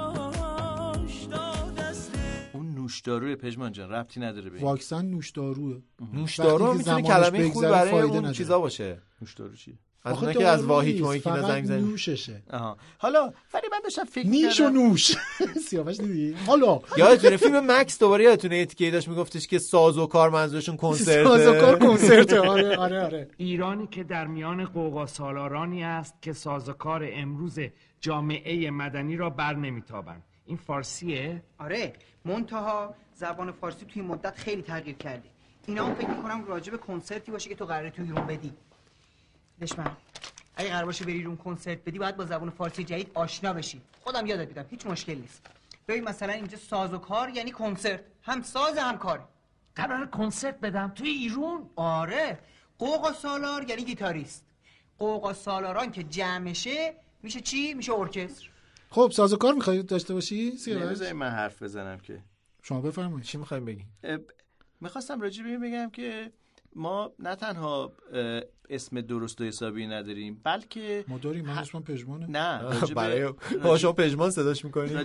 باش دادست. اون نوشداروی پژمان جان ربطی نداره به واکسن. نوشداروه. نوشدارو میتونه کلمه خوبی برای اون چیزا باشه. نوشدارو چیه؟ از اونایی که از واهیک ماهیکینا زنگ میزنن. نوششه. حالا ولی من داشتم فکر نیش و نوش. سیاوش دیدی؟ حالا یادتونه فیلم مکس دوباره یادتونه اتیکه داشت میگفتش که سازوکار منظورشون کنسرته. سازوکار کنسرته. آره. ایرانی که در میان غوغا سالارانی است که سازوکار امروز جامعه مدنی را بر نمیتابند. این فارسیه؟ آره، منتها زبان فارسی توی مدت خیلی تغییر کرده. اینا هم فکر می‌کنم راجع به کنسرتی باشه که تو قراره تو ایران بدی. دشمن اگه قرار باشه بری اون کنسرت بدی باید با زبان فارسی جدید آشنا بشی. خودم یادت میدم، هیچ مشکل نیست. ببین مثلا اینجا سازوکار یعنی کنسرت، هم ساز هم کار. قرار کنسرت بدم توی ایران؟ آره. قوقا سالار یعنی گیتاریست. قوقا سالاران که جمعشه میشه چی؟ میشه ارکستر. خب سازوکار می‌خوای داشته باشی؟ نمی‌ذاری من حرف بزنم که. شما بفرمایید. چی می‌خوایم بگیم؟ می‌خواستم راجع به این بگم که ما نه تنها اسم درست و حسابی نداریم بلکه ما داریم. من اسمم پژمانه. نه برای با شما پژمان صداش می‌کنیم.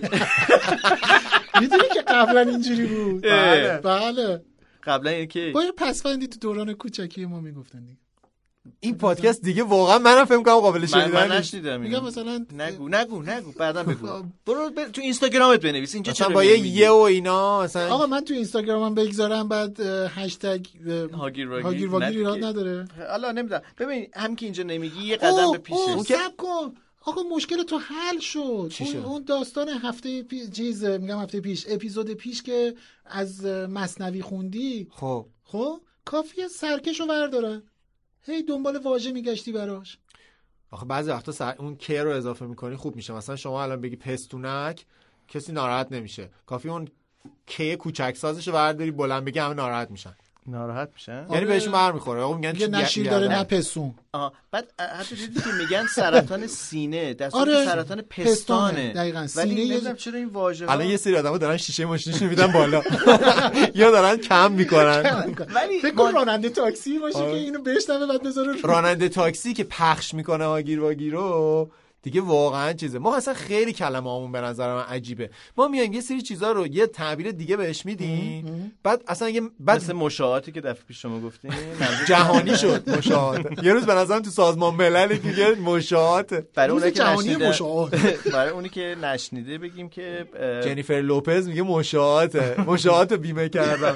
می‌دونی که قبلا اینجوری بود. بله. قبلا اینکه با یه پسوندی تو دوران کوچکی ما میگفتن دیگه. این پادکست دیگه واقعا منم فکر کنم قابل شنیدن من نشنیدم. میگم مثلا نگو بعدا بگو. برو تو اینستاگرامت بنویس اینجا چرا با یه و اینا مثلا. آقا من تو اینستاگرامم بگذارم بعد هشتگ هاگیر ایراد نداره. حالا نمیدونم. ببین هم که اینجا نمیگی یه قدم به پیشه. صبر کن. آقا مشکل تو حل شد. اون داستان هفته پیش اپیزود پیش که از مثنوی خوندی، خب کافیه سرکشو بردارن، هی دنبال واژه میگشتی براش. آخه بعضی وقتا اون که رو اضافه میکنی خوب میشه. مثلا شما الان بگی پستونک کسی ناراحت نمیشه، کافی اون که کوچک سازشو برداری بلند بگی همه ناراحت میشن. یعنی بهشون برمیخوره. آقا میگن نه شیر داره نه پستون. بعد حتی دیدی که میگن سرطان سینه در صورتی سرطان پستانه. دقیقاً ولی نمیدونم چرا این واژه الان یه سری آدم‌ها دارن شیشه ماشینشون میدن بالا یا دارن کم میکنن. ولی فکر کن راننده تاکسی باشه که اینو بشنوه بعد بذاره راننده تاکسی که پخش میکنه هاگیر واگیرو دیگه واقعا چیزه. ما اصلا خیلی کلمه‌هامون به نظر من عجیبه. ما میایم یه سری چیزا رو یه تعبیر دیگه بهش میدیم، بعد اصلا مثل مشاهاتی که دفعه پیش شما گفتین جهانی شد مشاهات. یه روز به نظرم تو سازمان ملل دیگه مشاهات برای اونی که برای اونی که نشنیده بگیم که جنیفر لوپز میگه مشاهات بیمه کردم.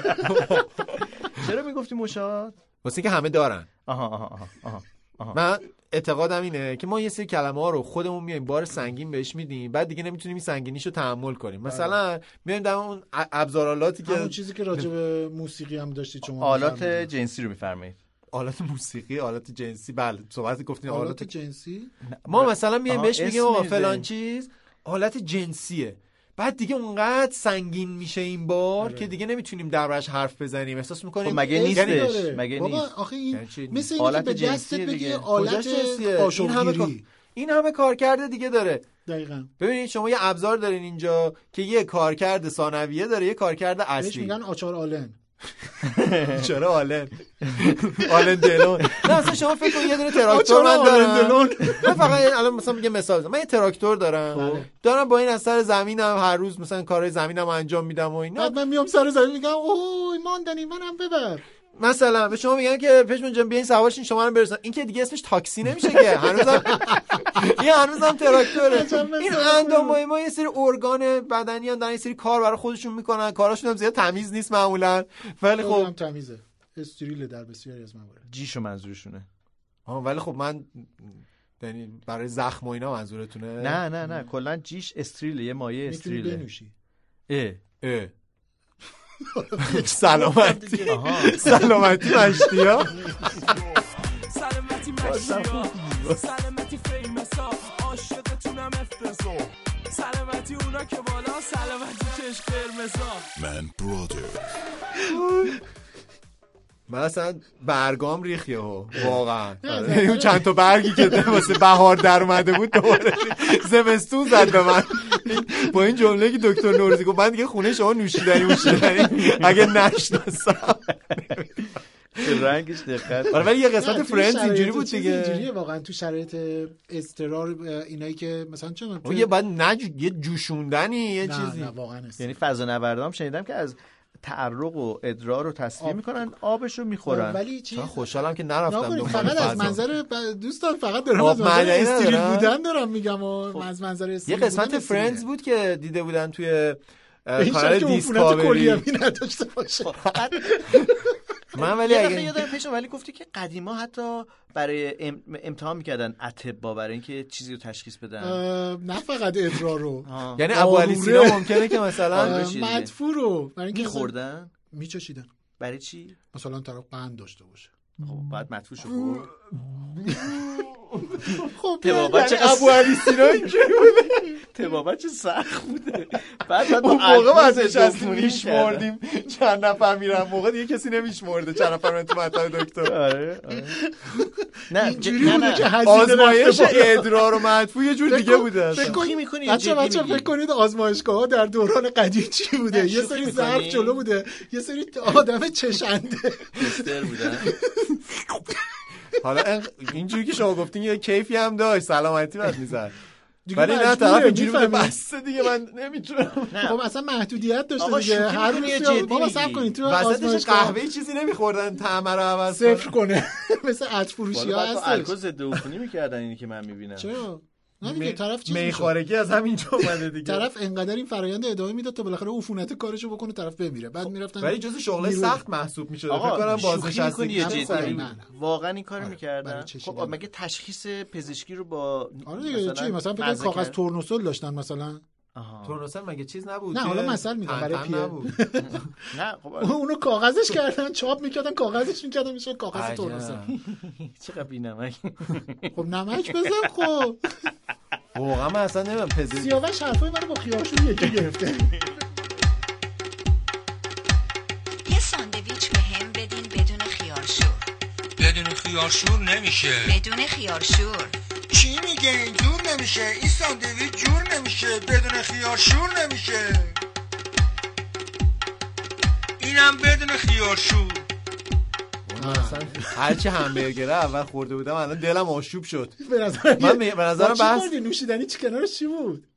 چرا میگفتی مشاهات؟ واسه اینکه همه دارن. آها. من اعتقادم اینه که ما یه سری کلمه ها رو خودمون میایم بار سنگین بهش میدیم، بعد دیگه نمیتونیم این سنگینیشو تحمل کنیم. مثلا میایم در اون ابزارالاتی که همون چیزی که راجع به موسیقی هم داشتید شما، آلات جنسی رو میفرمایید. آلات موسیقی، آلات جنسی، بله صحبت گفتین آلات جنسی. ما مثلا میایم بهش میگیم آقا فلان چیز آلات جنسیه، بعد دیگه اونقدر سنگین میشه این بار که دیگه نمیتونیم دربارش حرف بزنیم. احساس میکنیم مگه نیستش؟ مگه نیست؟ آخه این مثل اینکه به دستت بگی آلت قاشقگیری، این همه کارکرد دیگه داره. دقیقاً. ببینید شما یه ابزار دارین اینجا که یه کارکرد ثانویه داره، یه کارکرد اصلی. بهش میگن آچار آلن. چرا آلن دلون؟ نه مثلا شما فکر کن یه دونه تراکتور من دارم. من فقط الان مثلا میگم مثال من یه تراکتور دارم با این از سر زمینم هر روز مثلا کارهای زمینم انجام میدم و اینا. بعد من میام سر زمین میگم اوه ماندنی منم ببر. مثلا به شما میگن که پشمون جان بیاین سوارشین شما رو برسن. این که دیگه اسمش تاکسی نمیشه که هنوزم تراکتوره. این اندامای ما یه سری ارگان بدنی هم دارن، یه سری کار برای خودشون میکنن، کاراشون هم زیاد تمیز نیست معمولا، ولی خب تمیزه، استریل در بسیاری از موارد. جیشو منظورشونه. ولی خب من یعنی برای زخم و اینا منظورتونه؟ نه کلا جیش استریل، یه مایع استریله. میتونی بنوشی. سلامتی مشتی ها. سلامتی فیمسا عاشقتونم افتضاح، سلامتی اونا که بالا، سلامتی چشم قرمزا. من برادر من اصلا برگام ریخیه واقعا. اون چند تا برگی که واسه بهار در اومده بود دوباره زمستون زد به من با این جمله که دکتر نوروزی گفت من دیگه خونه شما نوشیدنی اگه نشناسم. رنگش دقت. ولی یه قسمت فرندز اینجوری بود دیگه. اینجوریه واقعا تو شرایط اضطرار اینایی که مثلا چون یه بعد یه جوشوندنی یه چیزی. نه واقعا است. یعنی فضانوردام شنیدم که از تعرق و ادرار رو تصفیه میکنن، آبش رو میخورن. ولی چی خوشحالم که نرفتم. فقط از منظر دوستان فقط دارم از منظر استریل بودن دارم میگم از منظر استریل. یه قسمت فرندز بود که دیده بودن توی کانال دیسکاوری نداشته باشه. من ولی اگه یادم پیشم ولی گفتی که قدیما حتی برای امتحان میکردن اطباء برای اینکه چیزی رو تشخیص بدن، نه فقط ادرار رو. یعنی ابو علی سینا ممکنه که مثلا مدفوع رو برای اینکه میخوردن میچشیدن. برای چی؟ مثلا طرف قند داشته باشه. خب بعد مدفوع شو. خب تبابت چه ابو علی سینا اینجوری بوده. تبابت چه سخت بوده. بعد اون موقع ما نشستیم میشمردیم چند نفر میرن، موقع دیگه کسی نمیشمرده چند نفر میرن تو مطب دکتر. آره نه اینجوری بوده که آزمایش ادرار و مدفوع یه جور دیگه بوده. فکر می‌کنید بچه‌ها فکر کنید آزمایشگاه‌ها در دوران قدیم چی بوده؟ یه سری ظرف جلو بوده، یه سری آدم چشنده مستر بودن. حالا اینجوری که شما گفتین یه کیفی هم داشت، سلامتی بعد میزد. ولی نه طرف اینجوری بوده بس دیگه من نمیتونم. خب اصلا محدودیت داشته دیگه. هر روز بابا صبر کنید تو آزمایشگاه قهوه چیزی نمیخوردن طعم رو عوض صفر کنه. مثل عطر فروشی‌ها هست. الکل ضد عفونی میکردن اینی که من میبینم. چرا؟ نه دیگه طرف چیز میخارگی از همینجا اومده دیگه. طرف انقدر این فرآیند ادامه میداد تا بالاخره عفونت کارشو بکنه طرف بمیره. بعد میرفتن ولی جزء شغل سخت محسوب میشد. فکر کنم بازنشستگی واقعا این کارو میکردن. خب مگه تشخیص پزشکی رو با آره دیگه چی مثلا فکر کاغذ تورنوسول داشتن مثلا. تورنوسول مگه چیز نبود؟ نه حالا مثلا میگم برای پیه. نه خب اونو کاغذش کردن، چاپ میکردن، کاغذش میکردن، میشه کاغذ تورنوسول. چقدر بی‌نمک. خب نمک بزن. خب واقعا من اصلا نمیدونم پزشک. سیاوش حرفای منو با خیارشور یکی گرفته. یه ساندویچ بهم بدین بدون خیارشور. بدون خیارشور نمیشه. بدون خیارشور چی میگه؟ جور نمیشه. این ساندویچ جور نمیشه بدون خیارشور نمیشه. اینم بدون خیارشور. هرچی همبرگر اول خورده بودم الان دلم آشوب شد. من به نظرم بس نوشیدنی چی کنارش چی بود؟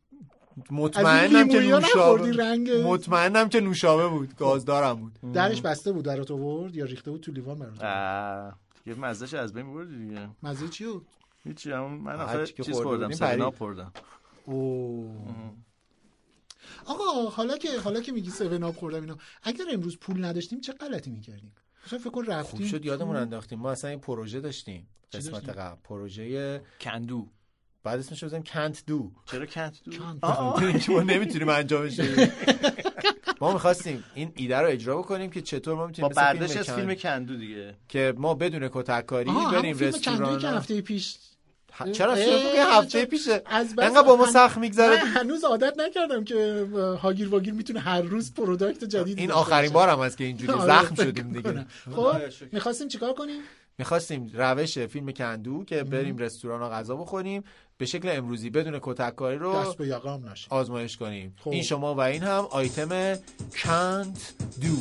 مطمئنم که نوشابه بود، گازدارم بود. درش بسته بود درات آورد یا ریخته بود تو لیوان برات؟ یه مزهش از بین می‌برد دیگه. مزه چی بود؟ هیچی، من آخه چیز خوردم، سونا خوردم. آقا حالا که میگی سونا خوردم اینا، اگر امروز پول نداشتیم چه غلطی می‌کردیم؟ مثلا فکر کن رفتیم. خوب شد یادمون انداختیم. ما اصلا این پروژه داشتیم قسمت قبل، پروژه کندو. بعد اسمش رو بزنیم کانت دو. چرا کانت دو؟ ما نمیتونیم انجامش بدیم. ما می‌خواستیم این ایده رو اجرا بکنیم که چطور ما میتونیم با برداشت از فیلم کندو دیگه، که ما بدون کتککاری بریم رستوران. که هفته پیش چرا هفته پیشه انقدر با ما سخت میگذره. هنوز عادت نکردم که هاگیر واگیر میتونه هر روز پروداکت جدید. این آخرین بارم هست که اینجوری زخم شدیم دیگه. خب می‌خواستیم چیکار کنیم؟ می‌خواستیم روش فیلم کندو که بریم رستوران ها غذا بخوریم به شکل امروزی بدون کتککاری رو دست به یقام نشه آزمایش کنیم. این شما و این هم آیتم کانت دو.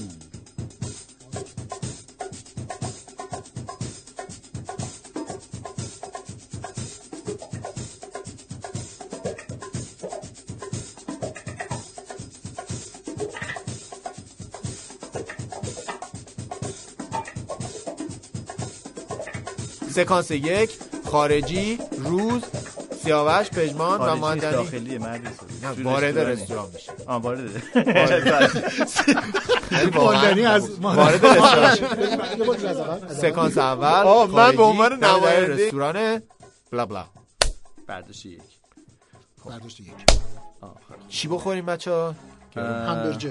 سکانس 1 خارجی، روز، سیاوش، پژمان و ماندنی. داخلی مردی وارد رستوران میشه. وارد ماندنی از وارد رستوران. سکانس اول من به عنوان نماینده رستوران بلا بلا. برداشت 1. چی بخوریم بچه‌ها؟ همبرگر.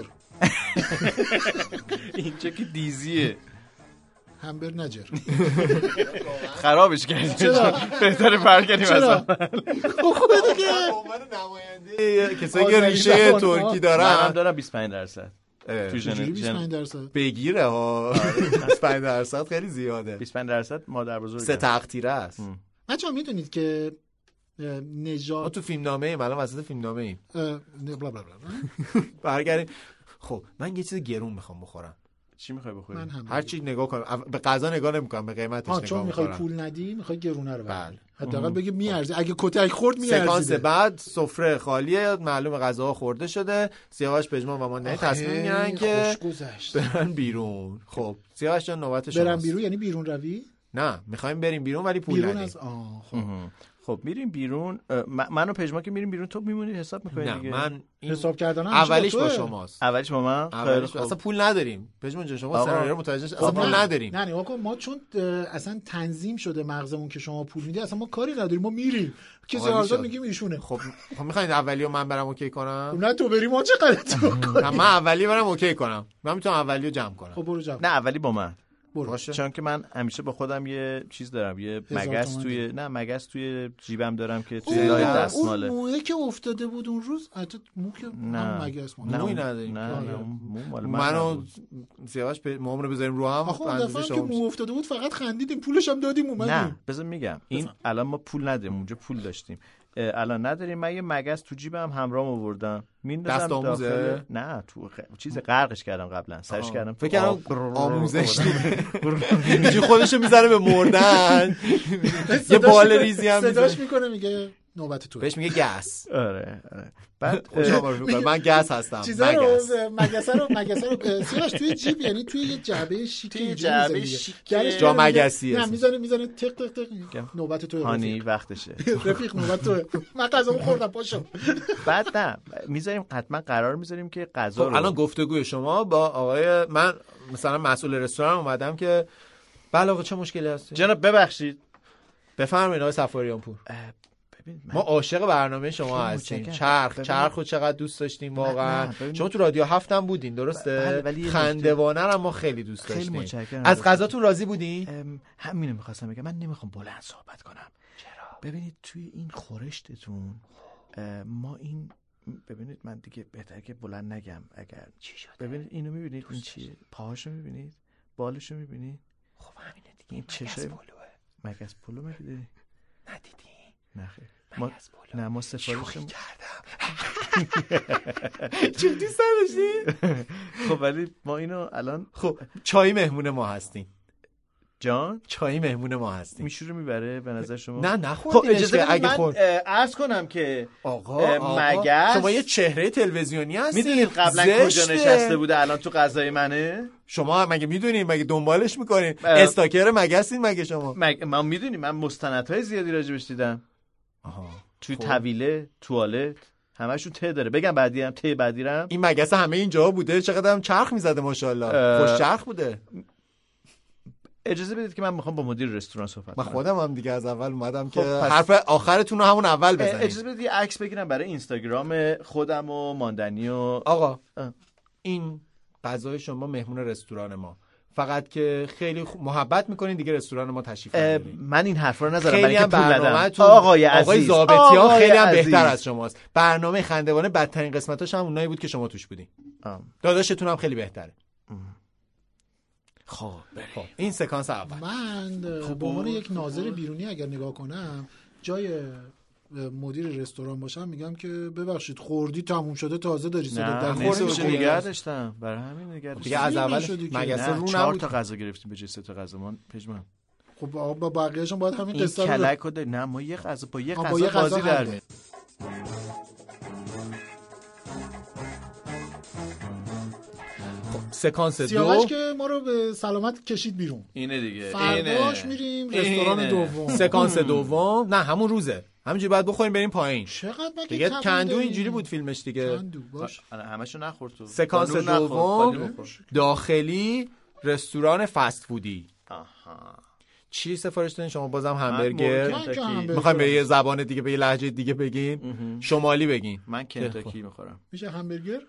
اینجا که دیزیه. همبرگر خرابش کردیم. بهتره برگردیم اصلا. خوبه دیگه. نماینده کسایی که ریشه ترکی دارن. منم دارم 25%. تو ژن 25% بگیره ها. 25% خیلی زیاده. 25% مادر بزرگ. 3 تقطیره است. بچه‌ها میدونید که نژاد ما تو فیلمنامه ایم، الان وسط فیلمنامه ایم. بلا بلا بلا. برگردیم. خب من یه چیز گرون میخوام بخورم. چی میخوای بخوری؟ هر چی نگاه کنم، به غذا نگاه نمیکنم، به قیمتش نگاه چون میخوای میکنم. پول ندی، میخوای گرونه رو بخری. حداقل بگه میارزه. اگه کتک خورد میارزه. سکانس بعد سفره خالیه، معلومه غذاها خورده شده. سیاوش، پژمان و ماندنی تصمیم میگیرن که برن بیرون. خب سیاوش جان نوبت شماست. برن بیرون یعنی بیرون روی؟ نه میخوایم بریم بیرون ولی پول ندیم. خب میریم بیرون. من و پژمان که میریم بیرون، تو میمونی حساب میکنی دیگه. من حساب کردنم اولیش با شماست. اولیش با من. اصلا پول نداریم. پژمان جان شما سناریو رو متوجه اصلا پول نداریم. نه آقا ما چون اصلا تنظیم شده مغزمون که شما پول میدی، اصلا ما کاری نداریم، ما میریم. کسی آزاد میگیم ایشونه. خب میخواین اولیو من برم اوکی کنم؟ نه تو بری ما چه غلطی بکنیم؟ من اولیو برم اوکی کنم. من میتونم اولیو جمع کنم. خب برو جمع. نه اولی با من. باشه. چون که من همیشه با خودم یه چیز دارم، یه مگس توی جیبم دارم که توی لای دستماله. اون مویی که افتاده بود اون روز البته مو که مگس موی نداریم. نه مو مال منو سیاوش موام رو بذاریم رو هم. اندازه که مو افتاده بود فقط خندیدیم، پولش هم دادیم اومدیم. نه بذار میگم این الان ما پول نداریم، اونجا پول داشتیم، الان نداریم. من یه مگس تو جیبم همراهم آوردم، میندازم داخل. نه تو چیز غرقش کردم قبلا، سرش کردم. فکر کردم آموزش اینجوری خودشو میذاره به مردن. یه بال ریزی هم صداش میکنه میگه نوبت تو. بهش میگه گس. آره. بعد خوشامون میکنه من گس هستم. مگس رو سیاش توی جیب، یعنی توی یه جعبه شیک، توی جعبه شیک جا مگسیه. نه میذاره تق تق تق. نوبت تو هانی وقتشه. رفیق نوبت تو. من غذامو خوردم پاشو. بعد نه میذاریم حتما قرار میذاریم که غذا رو. الان گفتگوی شما با آقای من مثلا مسئول رستوران اومدم که بله آقا چه مشکلی هست؟ جناب ببخشید بفرمایید آقای سفاریان پور. ما عاشق برنامه شما هستیم. چرخ رو چقدر دوست داشتیم واقعا. شما تو رادیو 7 هم بودین درسته؟ خندوانه رو ما خیلی دوست داشتیم. از غذاتون راضی بودین؟ همینو می‌خواستم بگم. من نمیخوام بلند صحبت کنم. چرا؟ ببینید توی این خورشتتون ما این ببینید من دیگه بهتره که بلند نگم. اگر چی شده؟ ببینید اینو می‌بینید این چیه؟ پاهاشو می‌بینید؟ بالشو می‌بینید؟ خب همینه دیگه. این چشای مگس پلو می‌بینید؟ ندیدی؟ نه خیر. ما سفارش کردم. چه دوست داشتی؟ خب ولی ما اینو الان خب چای مهمون ما هستین. جان چای مهمون ما هستین. میشوره میبره به نظر شما؟ نه نخوردین. خب اجازه بدید من عرض کنم که آقا مگس شما یه چهره تلویزیونی هستین. میدونید قبلا کجا نشسته بوده الان تو غذای منه؟ شما مگه میدونین؟ مگه دنبالش میکنین؟ استاکر مگسین مگه شما؟ ما میدونیم. من مستندهای زیادی راجبش دیدم. توی طویله توالت همشون ته داره. بگم بعدی هم ته بعدی رم این مگس همه اینجا بوده. چقدر هم چرخ میزده ماشاءالله. خوش چرخ بوده. اجازه بدید که من میخوام با مدیر رستوران صحبت کنم. من خودم هم دیگه از اول اومدم که حرف آخرتون رو همون اول بزنیم. اجازه بدید یه عکس بگیرم برای اینستاگرام خودم و ماندنی و آقا این غذای شما مهمون رستوران ما، فقط که خیلی محبت میکنین دیگه رستوران ما تشریف بیارین. من این حرفا رو نذارم برای اینکه پول ندم. آقای ضابطی‌ها خیلی هم بهتر از شماست. برنامه خندوانه بدترین قسمتاش هم اونایی بود که شما توش بودین. داداشتون هم خیلی بهتره. خب این سکانس اول. من به عنوان یک ناظر بیرونی اگر نگاه کنم جای مدیر رستوران باشم میگم که ببخشید خوردی تموم شده تازه داری صدا در خوردی نگه داشتم. برای همین نگه داشتم دیگه. از اول مگس رو 4 تا غذا گرفتیم به جای 3 تا غذا. ما پژمان خب با بقیه‌شون باید همین قصه رو کلک رو نه ما یه غذا با یه غذا بازی در میاد. سکانس 2 سیاوش که ما رو به سلامت کشید بیرون. اینه دیگه. فرداش میریم رستوران دوم. سکانس دوم نه همون روزه. همینجوری بعد بخوریم بریم پایین. چقدر دیگه کندو اینجوری بود فیلمش دیگه. کندو باش. همشو نخورد تو. سکانس دوم داخلی رستوران فست فودی. چی سفارش دادین شما؟ بازم همبرگر. میخوایم به یه زبان دیگه به یه لهجه دیگه بگین؟ شمالی بگین. من کنتاکی میخورم. میشه همبرگر؟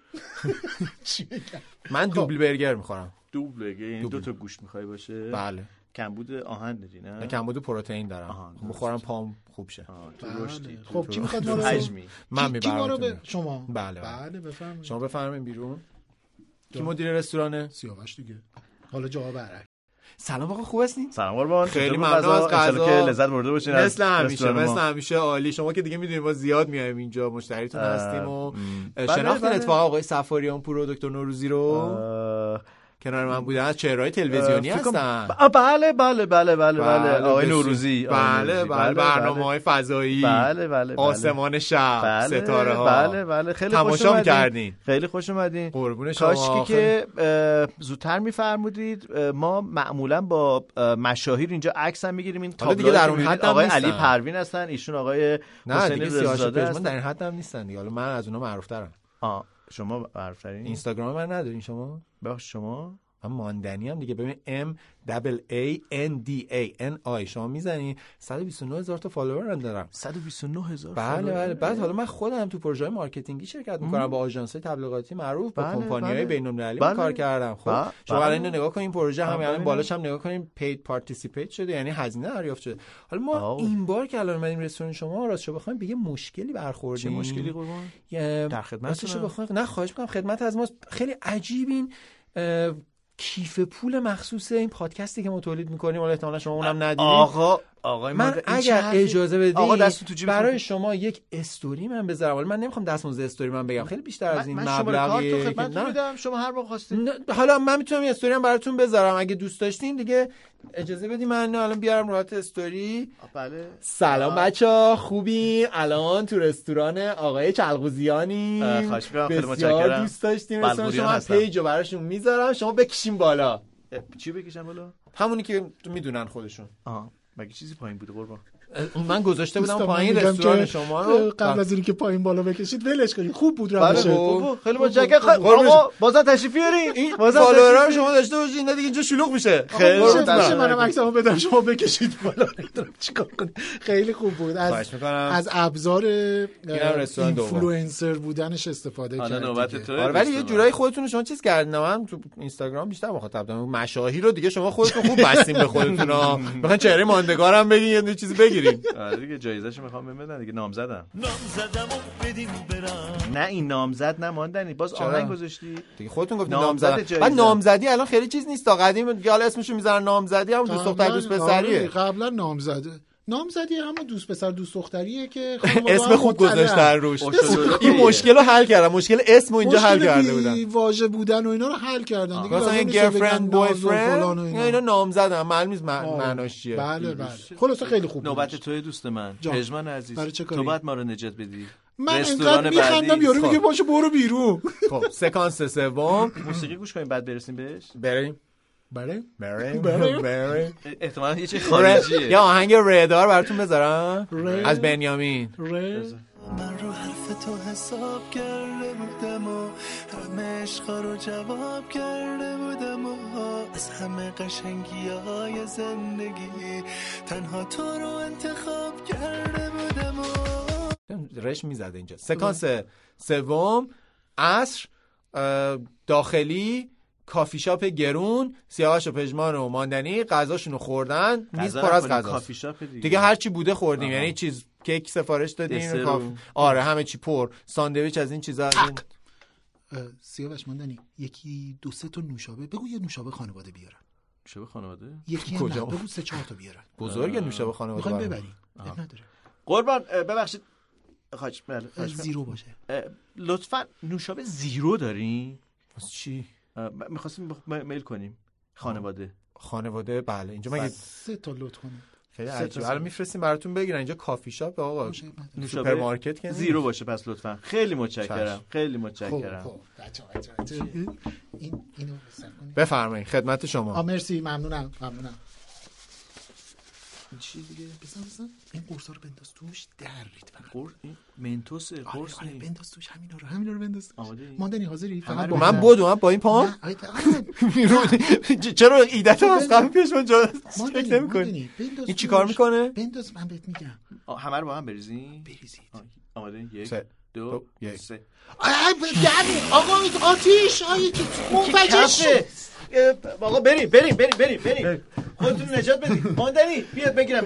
من دوبل برگر میخورم. دوبل برگر یعنی 2 تا گوشت میخوای باشه؟ بله. کمبود آهن داری نه؟ کمبود پروتئین دارم. میخورم پام خوب شه. تو رشدی. خب کی میخواد ما رو من میبرم به شما؟ بله بفرمایید. شما بفرمایید بیرون. کی مدیر رستورانه؟ سیاوش دیگه. حالا جواب برعکس. سلام آقا خوب هستین؟ سلام قربان. خیلی ممنون از غذا که لذت برده باشین. مثل همیشه عالی. شما که دیگه میدونید ما زیاد میایم اینجا مشتریتون هستیم و شناختین اتفاقا آقای سفاریان پور و دکتر نوروزی رو کنار من بودن از چهره‌های تلویزیونی هستن. بله آقای نوروزی. بله برنامه‌های فضایی. بله آسمان شب ستاره‌ها. بله خیلی تماشا کردین. خیلی خوش اومدین. قربون شما. کاشکی که زودتر میفرمودید. ما معمولا با مشاهیر اینجا عکس هم میگیریم. این حالا دیگه در اون حد آقای علی پروین هستن، ایشون آقای حسین رضازاده هستن. در این حد هم نیستن دیگه. حالا من از اونها معروف‌ترم. شما معروف‌ترین؟ اینستاگرام من ندارین شما؟ باش شما؟ من ماندنی هم دیگه. ببین MAANDANI شما میزنی 129,000 تا فالوور دارم. 129,000 بله. بعد حالا من خودم تو پروژه مارکتینگی شرکت میکنم با آژانس‌های تبلیغاتی معروف با کمپانی‌های بین‌المللی کار کردم. خب شما الان اینو نگاه کنین پروژه همین بالاش هم نگاه کنین پید پارتیسیپیت شده یعنی هزینه دریافت شده. حالا ما این بار که الان اومدیم رستوران شما راستش بخوایم به یه مشکلی برخوردیم. چه مشکلی قربان؟ در خدمتتون. نه خواهش می‌کنم خدمت از ما. خیلی عجیبین کیف پول مخصوص این پادکستی که ما تولید میکنیم. حالا احتمالاً شما اونم ندیدین. آقا آقای من اگر اجازه بدید آقا دستو تو جیب برای شما یک استوری من بذارم، ولی من نمیخوام دستمزد استوری من بگم، خیلی بیشتر از این مبلغی که خدمتتون میدم، شما هر موقع خواستید. حالا من میتونم یه استوری هم براتون بذارم اگه دوست داشتین دیگه. اجازه بدید من الان بیارم راحت استوری. بله. سلام بچا، خوبین؟ الان تو رستوران آقای چلغوزیانی. خواهش می‌کنم، خیلی بسیار متشکرم. دوست داشتیم. رستوران شما پیجو براشون میذارم، شما بکشین بالا. چی بکشم بالا؟ همونی که میدونن خودشون. مگه چیزی پایین بوده قربان؟ من گذاشته بودم پایین رستوران شما رو. قبل از اینکه پایین بالا بکشید ولش کنید. خوب بود روش. خیلی متشکرم. آقا بازم تشریف بیارین. این فالوورا شما داشته باشین، نه دیگه اینجا شلوغ میشه. خیلی منم عکسمو بدم شما بکشید بالا. نمیدونم چیکار کنم. خیلی خوب بود. از ابزار اینفلوئنسر بودنش استفاده کردید. حالا نوبت توئه. ولی یه جورایی خودتون شما چیز کردین. من تو اینستاگرام بیشتر مخاطب دارم. مشاهیر رو دیگه شما خودتون خوب بستین به خودتون. میخوان چهره ماندگارم بگین یه چیزی بگیرین. دیگه جایزه‌شو میخوام بدن دیگه. نامزدمو بدیم برام. نه این نامزد نماندنی. باز آهنگ گذاشتی دیگه، خودتون گفتین نامزد. بعد نامزدی الان خیلی چیز نیست. تا قدیم دیگه حالا اسمشو میذارن نامزدی، هم دوست دختر دوست پسریه. قبلا نامزدی همون دوست پسر دوست دختریه که اسم خوب گذاشتن روش. این مشکل رو حل کردن. مشکل اسم رو اینجا حل کرده بودن. واژه بودن و اینا رو حل کردن دیگه. مثلا گرفرند بویفرند اینا نامزدن، معلوم نیست معناش چیه. بله خلاص خیلی خوب. نوبت توی دوست من پژمان عزیز، تو بعد ما رو نجات بدی. من انقدر میخندم یارو میگه باشه برو بیرون. خب سکانس سوم موسیقی گوش کنیم بعد برسیم بهش. بریم احتمالاً یه چیز خارجیه. یا آهنگ ریدار براتون بذارم از بنیامین. من رو حرف تو حساب کرده بودم و همه عشقا رو جواب کرده بودم و از همه قشنگی های زندگی تنها تو رو انتخاب کرده بودم و رش میزده اینجا. سکانس سوم عصر، داخلی کافی شاپ گرون، سیاوش و پژمان و ماندنی غذاشونو خوردن، میز پر از غذا دیگه هر چی بوده خوردیم. یعنی چیز کیک سفارش دادیم، آره همه چی پر، ساندویچ از این چیزا. سیاوش ماندنی یکی 2-3 تا نوشابه بگو، یه نوشابه خانواده بیارن. نوشابه خانواده یکی هم نه بگو 3-4 تا بیارن. بزرگ نوشابه خانواده میخوایم ببریم. نداره قربان ببخشید خواهش زیرو باشه لطفا. نوشابه زیرو دارین؟ چی؟ می‌خواستیم میل کنیم خانواده. بله اینجا مگه 3 تا لطف کنید. خیلی عجیبه. الان میفرستیم براتون بگیرن. اینجا کافی شاپ آقا، سوپرمارکت که زیرو باشه پس لطفا. خیلی متشکرم. خیلی متشکرم. خب اینو بفرمایید خدمت شما. مرسی، ممنونم. چی دیگه بزن این قرصا رو بنداز توش، درید فقط. این منتوس قرص بنداز توش، همینا رو بنداز. ماندنی حاضری؟ فقط من بدوم با این پام. چرا ایده‌تو از قبل پیش من جا چک نمی‌کنی؟ این چیکار میکنه؟ بنداز من بهت میگم. همه رو با هم بریزید. آماده 1 2 3. آقا آتیش منفجر شد. آقا بریم خودتون نجات بدید. ماندنی بیاد بگیرم.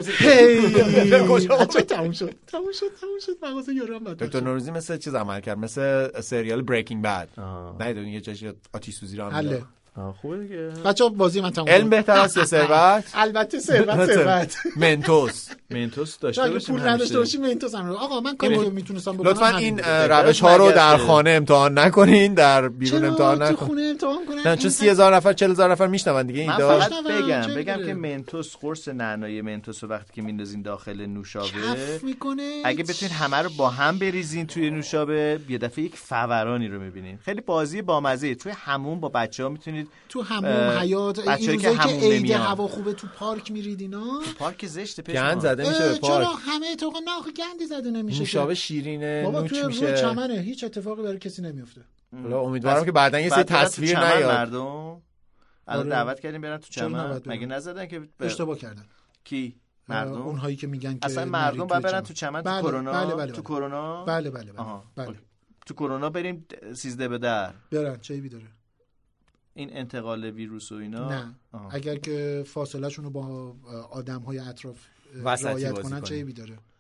تموم شد مغازه یارو هم دکتر نوروزی مثل چیز عمل کرد، مثل سریال بریکینگ بد. نه یه جاش آتش سوزی رو هم خوبه دیگه. بچه‌ها بازی من تموم. علم بهتر است یا ثروت؟ البته ثروت. منتوس داشته باشیم. پول نداشته باشیم منتوس هم. آقا من کاری که میتونستم بکنم. لطفا این روش ها رو در خانه امتحان نکنین، در بیرون امتحان نکنین. تو خونه امتحان کنن. نه چون 30000 نفر 40000 نفر میشنون دیگه. این من فقط بگم که منتوس قرص نعنایی منتوس رو وقتی که میندازین داخل نوشابه اگه بتونین همه رو با هم بریزین توی نوشابه، یه دفعه یک فورانی رو میبینین. خیلی بازی بامزه. توی همون با بچه‌ها میتونید تو همون حیات این روزایی که عید هوا خوبه تو پارک میرید اینا. تو پارک زشته گند زده میشه به پارک. چرا همه اتفاقا نه گندی زده نمیشه. نوشابه شیرینه، نوچ میشه. بابا تو چمنه هیچ اتفاقی برای کسی نمیفته. حالا امیدوارم که بعدن یه سری تصویر نیاد. مردم الان دعوت کردیم برن تو چمن، مگه نزدن که اشتباه کردن؟ کی؟ مردم اونهایی که میگن که اصلا مردم باید برن تو چمن. تو کرونا. تو کرونا بله تو کرونا بریم 13 به در برن چه ایبی داره این انتقال ویروس و اینا؟ نه اگر که فاصله شون رو با آدم های اطراف رعایت کنن چه ایبی داره.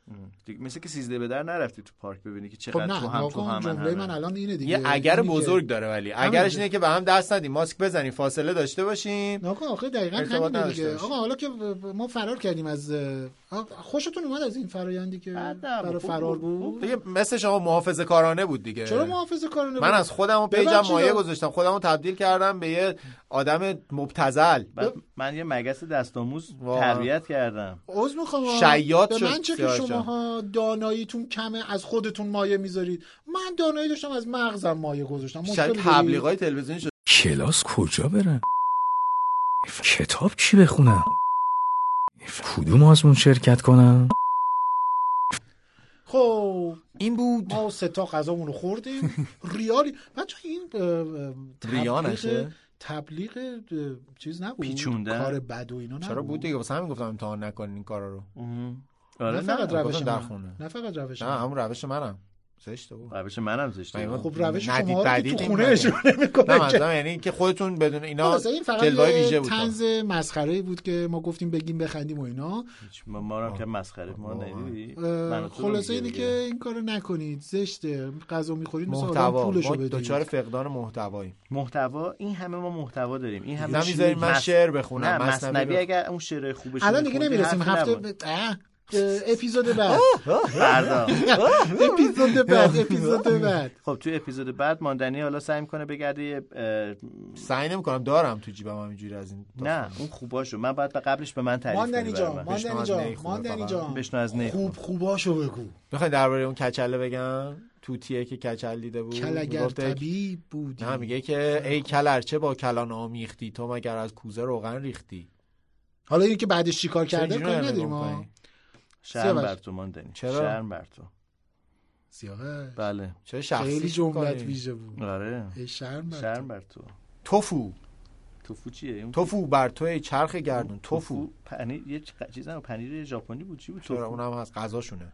دیگه مثل که 13 به در نرفتی تو پارک ببینی که چقدر تو هم تو هم جمله من الان اینه دیگه. یه اگر بزرگ داره، ولی اگرش اینه که به هم دست ندیم، ماسک بزنیم، فاصله داشته باشیم. آخه دقیقاً همین دیگه. آقا حالا که ما فرار کردیم از خوشتون اومد از این فرآیندی که برای فرار بود دیگه؟ مثل شما محافظه‌کارانه بود دیگه. چرا محافظه‌کارانه بود؟ من از خودم و پیجم مایه گذاشتم، خودمو تبدیل کردم به یه آدم مبتذل. من یه مگس دستاموز تربیت کردم. عذر میخوام شیاد شد. من چه که شماها داناییتون کمه از خودتون مایه میذارید، من دانایی داشتم از مغزم مایه گذاشتم. شاید تبلیغات تلویزیونی شد. کلاس کجا برن؟ کتاب چی بخونم؟ کدوم آزمون شرکت کنم؟ خب این بود. ما 3 تا غذامون رو خوردیم. ریالی بچه این ریانشه تبلیغ چیز نبود، پیچوندن کار بد و اینا نبود. چرا بود دیگه؟ واسه همین گفتم امتحان نکنین این کارا رو. نه فقط روش در خونه، نه فقط روش نه همون روش منم زشته بود. روش منم زشته. خب روش شما رو تو خونه اجرا نمی‌کنه. نه مثلا یعنی که خودتون بدون اینا جلوه ویژه بود. طنز مسخره‌ای بود که ما گفتیم بگیم بخندیم و اینا. ما رو که مسخره ما ندیدی. خلاصه اینه که این کارو نکنید، زشته. غذا می‌خورید مثلا آدم پولشو بدید. دوچار فقدان محتوایی. محتوا این همه ما محتوا داریم. این همه نمیذارید من شعر بخونم. مثنوی اگر اون شعر خوبش الان دیگه نمیرسیم هفته اپیزود بعد. فردا اپیزود بعد. خب تو اپیزود بعد ماندنی حالا سعی میکنه بگرده. سعی نمیکنم، دارم تو جیبم همینجوری از این. نه اون خوباشو من بعد قبلش به من تعریف کنی. ماندنی جان بشنو از نی. خوباشو بگو. میخوای درباره اون کچله بگم؟ توتیه که کچل دیده بود. کلگر طبیب بودی. نه میگه که ای کلرچه با کلان آمیختی، تو مگر از کوزه روغن ریختی. حالا این که بعدش چیکار کرده کاری نداریم ما. شرم بر تو ماندنی. چرا؟ شرم بر تو. سیاوش. بله. چه شخصی خیلی جملت ویژه بود. آره. ای شرم بر تو. توفو چیه؟ توفو بر توی چرخ گردون. توفو پنیر یه چیزا پنیر ژاپنی بود. چی بود؟ چرا اونم از غذاشونه.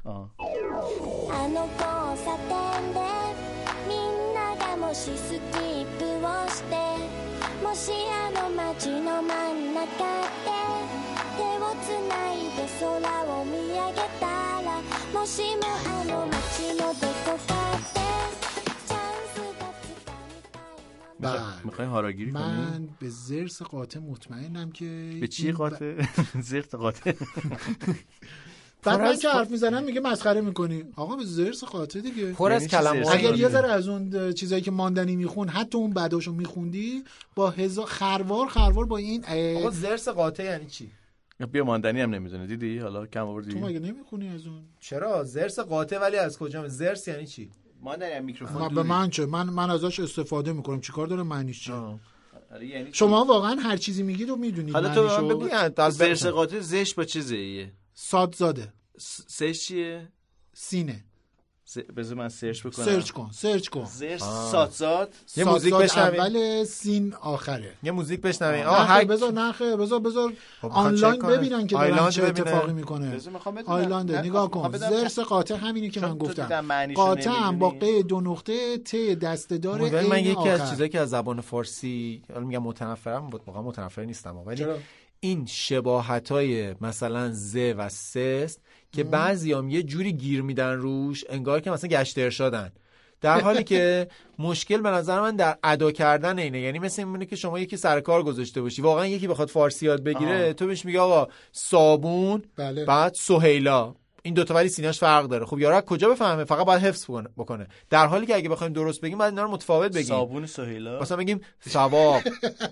میخوای هاراگیری کنی؟ من به زرس قاطع مطمئنم که به چی قاطع؟ زرس قاطع. بعد من که حرف میزنم میگه مسخره میکنی. آقا به زرس قاطع دیگه. پر از کلمات. اگر یه ذره از اون چیزایی که ماندنی میخون حتی اون بعداشو میخوندی با خروار با این. آقا زرس قاطع یعنی چی؟ بیا ماندنی هم نمیدونه. دیدی حالا کم آوردی. تو مگه نمیخونی از اون؟ چرا زرس قاطع؟ ولی از کجا؟ زرس یعنی چی؟ ماندنی میکروفون به من چه؟ من ازش استفاده میکنم. چیکار داره معنیش چیه؟ شما واقعا هر چیزی میگید و میدونید. حالا تو من بگو زرس قاطع زش با چه زیه؟ سادزاده. سش چیه؟ سینه. بذار من سرچ بکنم. سرچ کن. زرس سادزاد. یه موزیک بشنویم. اول سین آخره. یه موزیک بشنویم. بذار آنلاین ببینن که دارن چه اتفاقی میکنه. آیلند نگاه کن. زرس قاطع همینی که من گفتم. قاطع هم با ق 2 نقطه ت دسته داره. من یکی از چیزایی که از زبان فارسی میگم متنفرم، واقعا متنفر نیستم، ولی این شباهتای مثلا ز و س است که بعضیام یه جوری گیر میدن روش انگار که مثلا گشت ارشادن، در حالی که مشکل به نظر من در ادا کردن اینه. یعنی مثل اینه که شما یکی سر کار گذاشته باشی، واقعا یکی بخواد فارسی یاد بگیره تو بهش میگه آقا صابون، بعد سهیلا، این دوتا ولی سینه‌اش فرق داره. خب یارو کجا بفهمه؟ فقط باید حفظ بکنه. در حالی که اگه بخوایم درست بگیم باید اینا رو متفاوت بگیم. صابون سهیلا مثلا بگیم ثواب،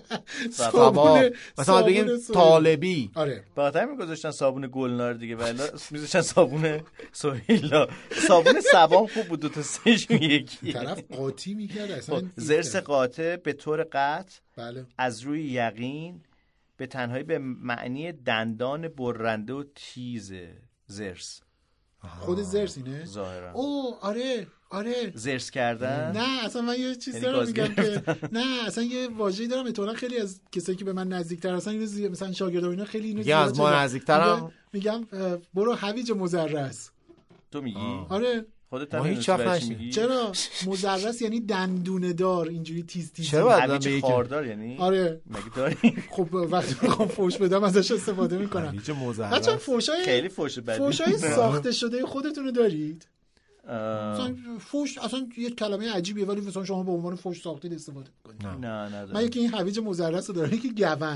مثلا بگیم طالبی. آره بعدا میگذاشتن صابون گلنار دیگه، ولی میذاشتن صابون سهیلا. صابون سبام خوب بود، دوتا سهش یکی طرف قاطی میکرد اصلا. زرس قاطع به طور قطع بله. از روی یقین به تنهایی به معنی دندان برنده و تیز زرس. خود زرس اینه ظاهرا. آره زرس کردن. نه اصلا من یه چیز دارم میگم که نه اصلا یه واژه‌ای دارم احتمالاً خیلی از کسایی که به من نزدیک‌تر هستن اینو مثلا شاگردام اینا خیلی اینو از ما نزدیک‌ترم میگم برو هویج مزرس. تو میگی؟ آره خودت ما هیچ وقت نشنیدیم. چرا مزرس یعنی دندونه دار اینجوری تیز تیز. چرا باید به خاردار یعنی؟ آره مگه داری؟ خب وقتی میخوام فوش بدم ازش استفاده میکنم. هیچ مزرس. بچه‌ها فوشای خیلی فوش بدی. فوشای ساخته شده خودتونو دارید؟ مثلا فوش اصلا یه کلمه عجیبیه ولی مثلا شما به عنوان فوش ساخته استفاده میکنید. نه من یکی این هویج مزرس رو دارم، یکی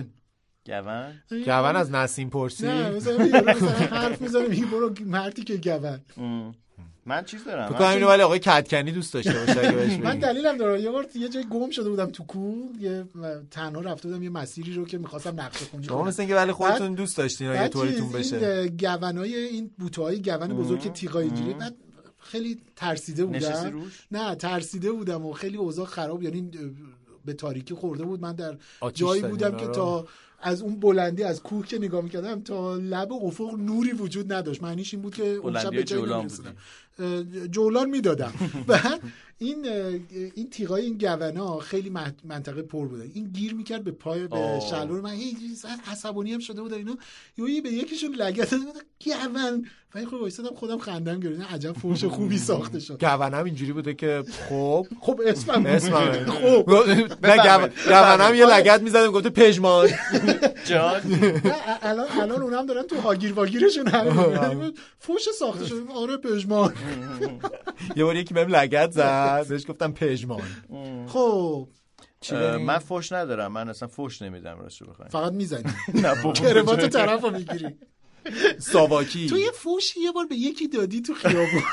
گون از نسیم پرسی. نه مثلا حرف میزنه میگه برو مردی که گون. من چیز دارم فکر کنم اینو ولی آقای کدکنی دوست داشته باشه اگه بهش من دلیلم داره. یه بار یه جای گم شده بودم تو کوه، یه تنها رفته بودم یه مسیری رو که می‌خواستم نقشه کنی. شما مثلا اینکه ولی خودتون دوست داشتین اگه طوریتون بشه. این گونای این بوته‌های گون بزرگ که تیغای اینجوری، بعد خیلی ترسیده بودم. نه ترسیده بودم و خیلی اوضاع خراب، یعنی به تاریکی خورده بود. من در جایی بودم که تا از اون بلندی از کوه که نگاه می‌کردم تا لب افق نوری وجود نداشت. معنیش این بود که اون شب به جایی نمی‌رسیدم. جولان میدادم. بعد این تیغای این گونا خیلی منطقه پر بوده. این گیر میکرد به پای به شلوار من، عصبانی هم شده بود اینا. یهو به یکیشون لگد داد گون. من خودم خندم گرفت. عجب فوش خوبی ساخته شد. گونم اینجوری بوده که خب اسمم خب گونم یه لگد میزدم گفت پژمان جان. الان اونم دارن تو هاگیر واگیرشون همین فوش ساخته شد. آره پژمان. یه بار یکی بهم لگد زد بهش گفتم پژمان. خب من فوش ندارم، من اصلا فوش نمیدم راستش بخوام. فقط میزنی. کروات طرفو میگیری. ساواکی تو یه فوش یه بار به یکی دادی تو خیابون.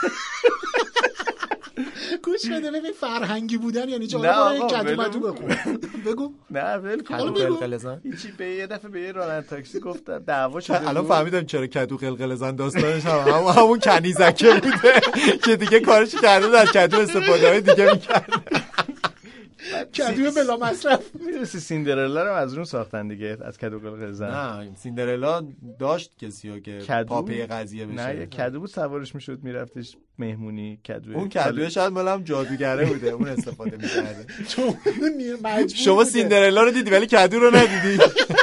گوش بده ببین فرهنگی بودن یعنی چه. حالا کدو مدو بگو. نه ول کن. قلقلزن هیچی به یه دفعه به یه راننده تاکسی گفتم دعوا شده. الان فهمیدم چرا کدو قلقلزن داستانش همون کنیزکه بوده که دیگه کارش کرده از کدو استفاده دیگه می‌کرد. کدو بلا مصرف. میرسی سیندرلا رو از اون ساختن دیگه، از کدو قلقلزن. نه سیندرلا داشت کسیو که پاپی قضیه بشه. نه یه کدو بود سوارش میشد میرفتش مهمونی. کدو اون کدو شاید مالم جادوگره بوده اون استفاده می‌کرده. شما سیندرلا رو دیدی ولی کدو رو ندیدی.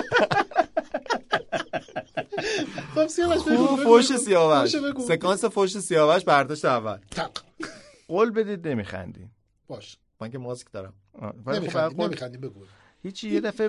خب سیاوش بگو. فوش سیاوش. سکانس فوش سیاوش برداشت اول. قول بدید نمیخندین. باش. من که ماسک دارم. نمیخندیم بگو. هیچی. یه دفعه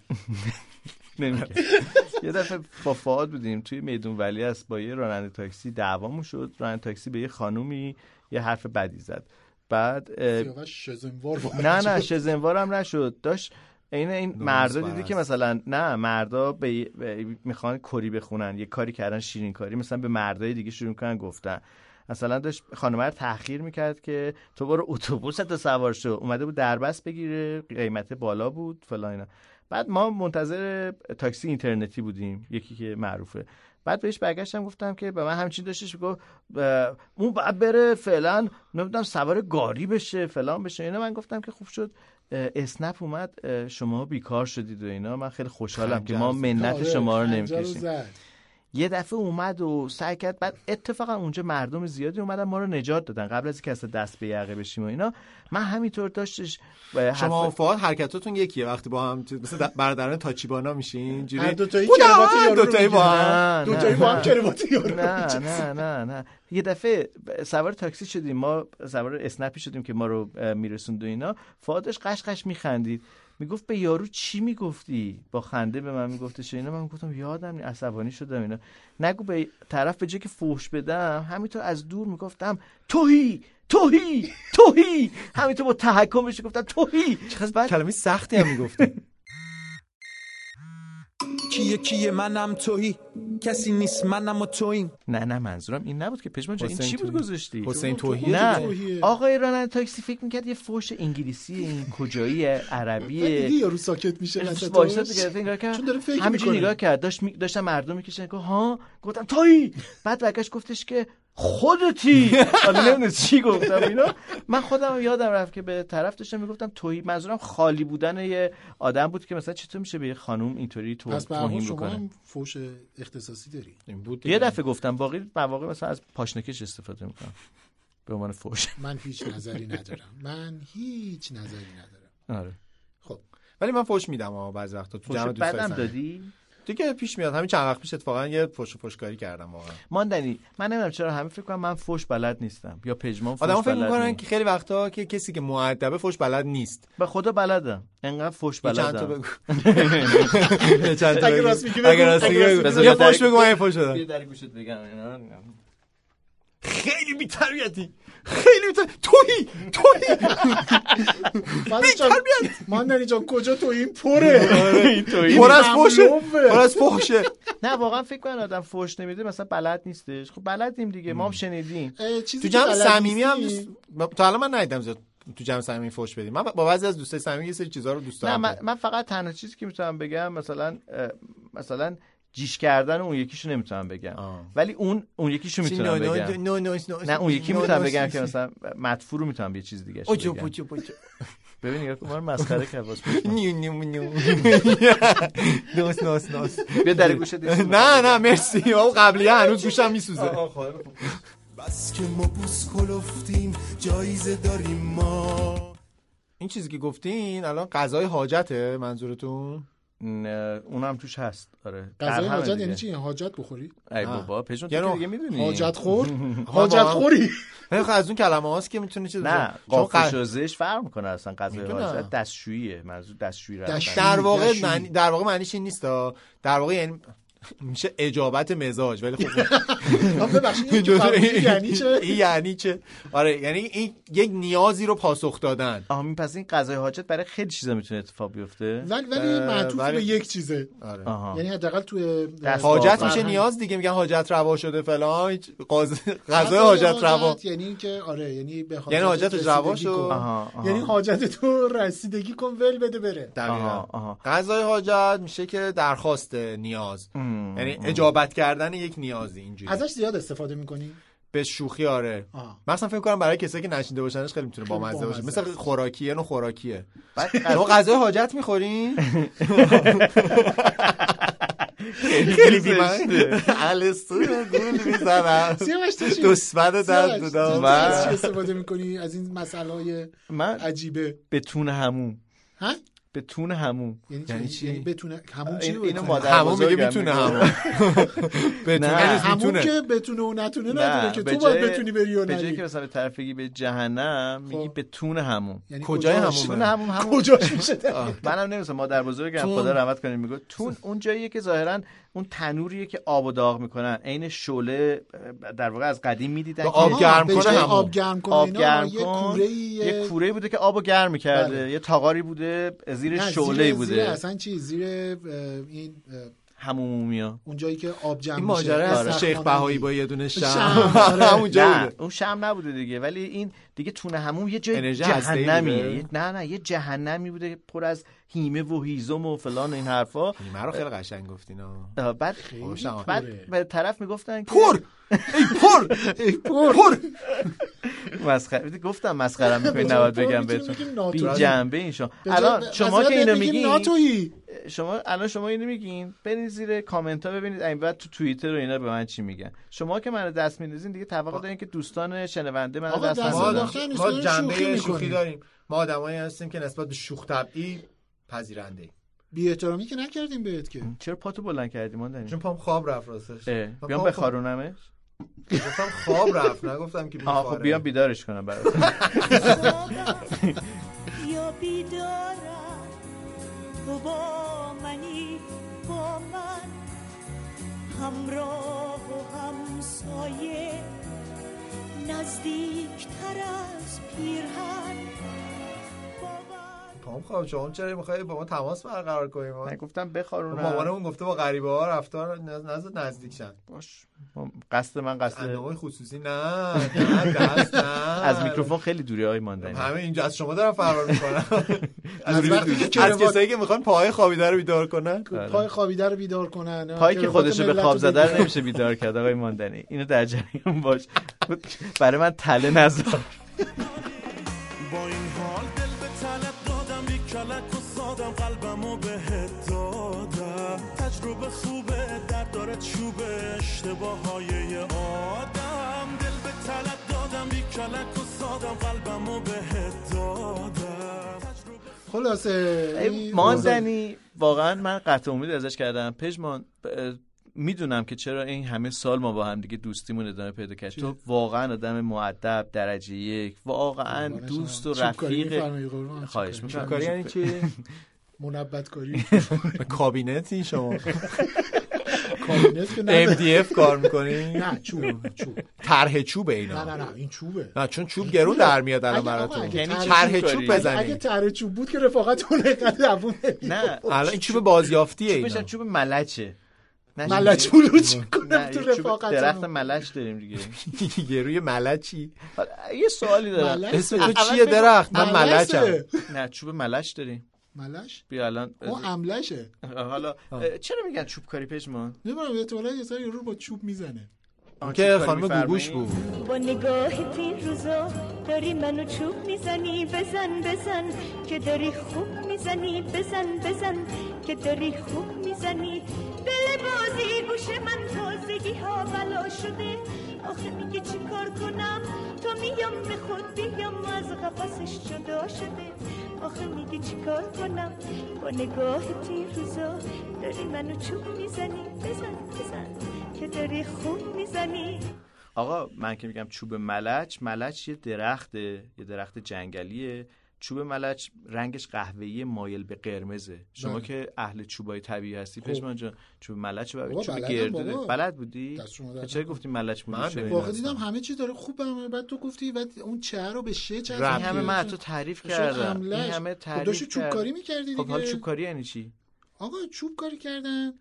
یه دفعه با فؤاد بودیم توی میدون ولی است با یه راننده تاکسی دعوامون شد. راننده تاکسی به یه خانومی یه حرف بدی زد. بعد نه شزنوار هم نشد. داشت این مردا دیدی که مثلا نه مردا میخوان کری بخونن، یه کاری کردن شیرین کاری، مثلا به مردای دیگه شروع کردن گفتن. مثلا داشت خانمه رو تحقیر میکرد که تو برو اتوبوست سوار شو، اومده بود دربست بگیره، قیمت بالا بود فلان اینا. بعد ما منتظر تاکسی اینترنتی بودیم، یکی که معروفه. بعد بهش برگشتم گفتم که به من همچین داشتش میگفت اون بعد بره فعلا نمیدونم سوار گاری بشه فلان بشه اینا. من گفتم که خوب شد اسنپ اومد شما بیکار شدید و اینا، من خیلی خوشحالم که ما منت شما رو نمیکشیم. یه دفعه اومد و سعی کرد. بعد اتفاقا اونجا مردم زیادی اومدن ما رو نجات دادن قبل از اینکه اصلا دست به یقه بشیم و اینا. من همینطور داشتش. شما فعال حرکتاتون یکیه وقتی با هم مثلا برادران تاچیبانا میشین جوری دوتایی کروات یارو دوتایی با هم کروات یارو. نه یه دفعه سوار تاکسی شدیم، ما سوار اسنپی شدیم که ما رو میرسوند و اینا. فعادش قشقش میخندید، میگفت به یارو چی میگفتی؟ با خنده به من میگفتش اینا. من گفتم یادم نی، عصبانی شدم اینا. نگو به طرف به جای که فحش بدم همینطور از دور میگفتم توهی همینطور با تحکم بهش گفتم توهی. چقدر کلمه سختی هم میگفتی. کیه منم توهی، کسی نیست منم و توییم. نه منظورم این نبود که پژمان جان این چی بود گذاشتی؟ حسین توهی. نه آقای راننده تاکسی فکر میکرد یه فحش انگلیسی این کجایی عربیه. دیگه یارو ساکت میشه همینجوری نگاه کرد داشتم مردم میکشن که ها. گفتم تویی. بعد برگشت گفتش که خودتی. حالا نمیدونم چی گفتم اینا. من خودم یادم رفت که به طرف داشتم میگفتم توهی. منظورم خالی بودن یه آدم بود که مثلا چطور میشه به یه خانم اینطوری توهین بکنه. شما فوش اختصاصی داری؟ یه دفعه گفتم باقی مواقع مثلا از پاشنکش استفاده میکنم به عنوان فوش. من هیچ نظری ندارم. آره خب ولی من فوش میدم بعضی وقتا تو جمع دوستای بعدم دادی دیگه پیش میاد. همین چند وقت پیش اتفاقا یه فوشکاری کردم واقعا. ماندنی من نمیدونم چرا همه فکر کنن من فوش بلد نیستم یا پژمان فوش آدم‌ها بلد. فکر می‌کنن که خیلی وقتا که کسی که مؤدبه فوش بلد نیست. به خدا بلدم. انقدر فوش بلدم. چند تا بگو. اگه راست میگی بگو. یه فوش بگو من فوش دادم. بیا در گوشت بگم اینا. خیلی بی‌تربیتی. تویی بی‌تربیت. ماندنی جان کجا تویی پره. پر از فحشه. نه واقعا فکر کنم آدم فحش نمیده مثلا بلد نیستش. خب بلدیم دیگه، ما هم شنیدیم. تو جمع صمیمی هم تا الان من ندیدم زیاد تو جمع صمیمی فحش بدیم. من با بعضی از دوستای صمیمی یه سری چیزا رو دوست دارم. نه من فقط تنها چیزی که میتونم بگم مثلا جیش کردن اون یکیشو نمیتونم بگم، ولی اون یکیشو میتونم بگم. نه اون یکی میتونم بگم که مثلا مدفوع رو میتونم یه چیز دیگه بگم. ببین نگاه کن ما رو مسخره کرد واسه نوس بیا در گوشت. نه مرسی، اون قبلیه هنوز گوشم میسوزه. بس که ما بوس کلفتیم جایزه داریم ما. این چیزی که گفتین الان قضای حاجته منظورتون؟ اونم توش هست. آره قضای حاجت یعنی چی؟ حاجت بخوری؟ ای بابا پژمان تو دیگه میدونی حاجت خوری. خب از اون کلمه هاست که میتونه چیز نه قافش و زش فرق میکنه اصلا. قضای حاجت دستشوییه، منظور دستشویی رفتن. در واقع معنیش این نیست. در واقع یعنی میشه اجابت مزاج، ولی خب یعنی چه؟ آره یعنی این یک نیازی رو پاسخ دادن. پس این قضای حاجت برای خیلی چیزا میتونه اتفاق بیفته، ولی معطوف به یک چیزه. یعنی حداقل توی حاجت میشه نیاز دیگه. میگن حاجت روا شده فلان، قضای حاجت روا یعنی اینکه آره یعنی به یعنی حاجت روا شد، یعنی حاجت تو رسیدگی کن ول بده بره. دقیقاً قضای حاجت میشه که درخواست نیاز، یعنی اجابت کردن یک نیازی. اینجوری ازش زیاد استفاده می‌کنی؟ به شوخی آره. مثلا فکر کنم برای کسایی که نشنیده باشنش خیلی میتونه بامزه باشه. مثلا خوراکیه نو خوراکیه. شما غذای حاجت می‌خورین؟ خیلی بیمه الستو گول میزنم. دشمن دست دادم. از چی استفاده می‌کنی از این مسائل عجیبه؟ بتونه همون. ها؟ بتونه همون یعنی چی؟ یعنی بتونه همون چی؟ اینو مادر همون میگه میتونه همون. بتونه همون که بتونه و نتونه ندونه که تو باید بتونی بری و نری. به جایی که مثلا به طرف بگی به جهنم میگی بتونه همون. کجای همون؟ کجاش میشه؟ منم نمی‌دونم. مادر بزرگم خدا رحمت کنه میگه تون اون جاییه که ظاهرا اون تنوریه که آب و داغ میکنن، عین شعله در واقع از قدیم میدیدن که آب گرم کنه. آب گرم کنه یه کوره‌ای بوده که آبو گرم می‌کرده، یه تاغاری بوده زیر شعله بوده. زیر اصلا چی؟ زیر این حمومیا اون جایی که آب جمع میشه. این ماجرا از شیخ بهایی با یه دونه شمع همونجا بوده. اون شمع نبوده دیگه، ولی این دیگه تونه همون یه جای جهنمیه. نه یه جهنمی بوده پر از هیمه و هیزم و فلان این حرفا. هیمه رو خیلی قشنگ گفتینا. بعد به طرف میگفتن که ای پر مسخره. گفتم مسخره میکنین نباید بگم بهتون بی جنبه این شما. الان شما که اینو میگین، شما اینو میگین برید زیر کامنت ها ببینید این بعد تو توییتر و اینا به من چی میگن. شما که منو دست میندازین دیگه توقع دارین که دوستان شنونده منو دست بندازن. ما جنبه شوخی داریم. ما آدمایی هستیم که نسبت به شوخ طبعی پذیرنده ایم. بی احترامی که نکردیم بهت که. چرا پاتو بلند کردی ماندنی؟ چون پام خواب رفت راستش. بیام بخارونمش. گفتم خواب رفت، نگفتم که بیخاره. خب بیام بیدارش کنم برات. یا بیدارم تو با منی، با من همراه و همسایه، نزدیکتر از پیرهن. پام خواب شما چرا میخوایی با ما تماس برقرار کنیم؟ من گفتم بخارونم. مامانمون گفته با غریبه ها رفتار نزدیک شن. باش قصد اندامای خصوصی نه دست نه. از میکروفون خیلی دوری های ماندنی. همه اینجا از شما دارم فرار میکنم. از کسایی که میخوان پای خوابیده رو بیدار کنن. پای خوابیده رو بیدار کنن. پایی که خودشو به خواب زده رو نمیشه بیدار کرد آقای ماندنی. اینو در جریان باش. برای من تله نذار. با این حال دل به طلب دادم، بی کلک و سادم قلبمو بهت دادم. تجربه خوبه درد داره چوبه اشتباههای یه آدم. دل به طلب دادم، بی کلک و سادم قلبمو بهت دادم. خلاصه ماندنی واقعا من قطع امید ازش کردم. پژمان میدونم که چرا این همه سال ما با هم دیگه دوستیمون ادامه پیدا کرد. تو واقعا آدم مؤدب درجه یک، واقعا دوست و رفیق. خواهش می‌کنم. کاری یعنی چی؟ منبت کاری. کابینتی شما؟ کابینت که نه. MDF کار می‌کنی؟ نه چوب. طرح چوبه اینا. نه این چوبه. نه چون چوب گرون در میاد الان براتون. یعنی طرح چوب بزنید. اگه طرح چوب بود که رفاقتون اینقدر دووم نمیاد. نه الان این چوب بازیافتیه اینا. چوبش چوب ملچه. ملچ ولوچ کنم تو رفاقت. درخت ملچ داریم دیگه. روی ملچی. یه سوالی دارم. اسم تو چیه درخت؟ من ملچم. نه چوب ملچ داریم. ملش؟ بیا الان اون املشه. حالا چرا میگن چوب کاری پژمان؟ نمیدونم احتمالاً یه سری رو با چوب میزنه. که خانم گوگوش بود. با نگاه پیروزا داری منو چوب میزنی، بزن که داری خوب میزنی، بزن که داری خوب میزنی. دل بازی گوش من تازگی ها بلا شده، آخه میگه چی کار کنم تا میام به خود بیام از قفسش جدا شده. آخه میگه چی کار کنم با نگاه پیروزا داری منو چوب میزنی، بزن که داری خوب میزنی. آقا من که میگم چوب ملچ یه درخت جنگلیه. چوب ملچ رنگش قهوه‌ای مایل به قرمزه. شما که اهل چوبای طبیعی هستی پژمان جان، چوب ملچ و چوب گرده بلد بودی؟ چرا گفتی ملچ بودی؟ واقعا دیدم همه چی داره خوب برام. بعد تو گفتی بعد اون چه رو به شه چه این همه من تو تعریف کردم. این همه تعریف چوب کاری می‌کردی دیگه. خب حالا چوب کاری یعنی چی؟ آقا چوب کاری کردن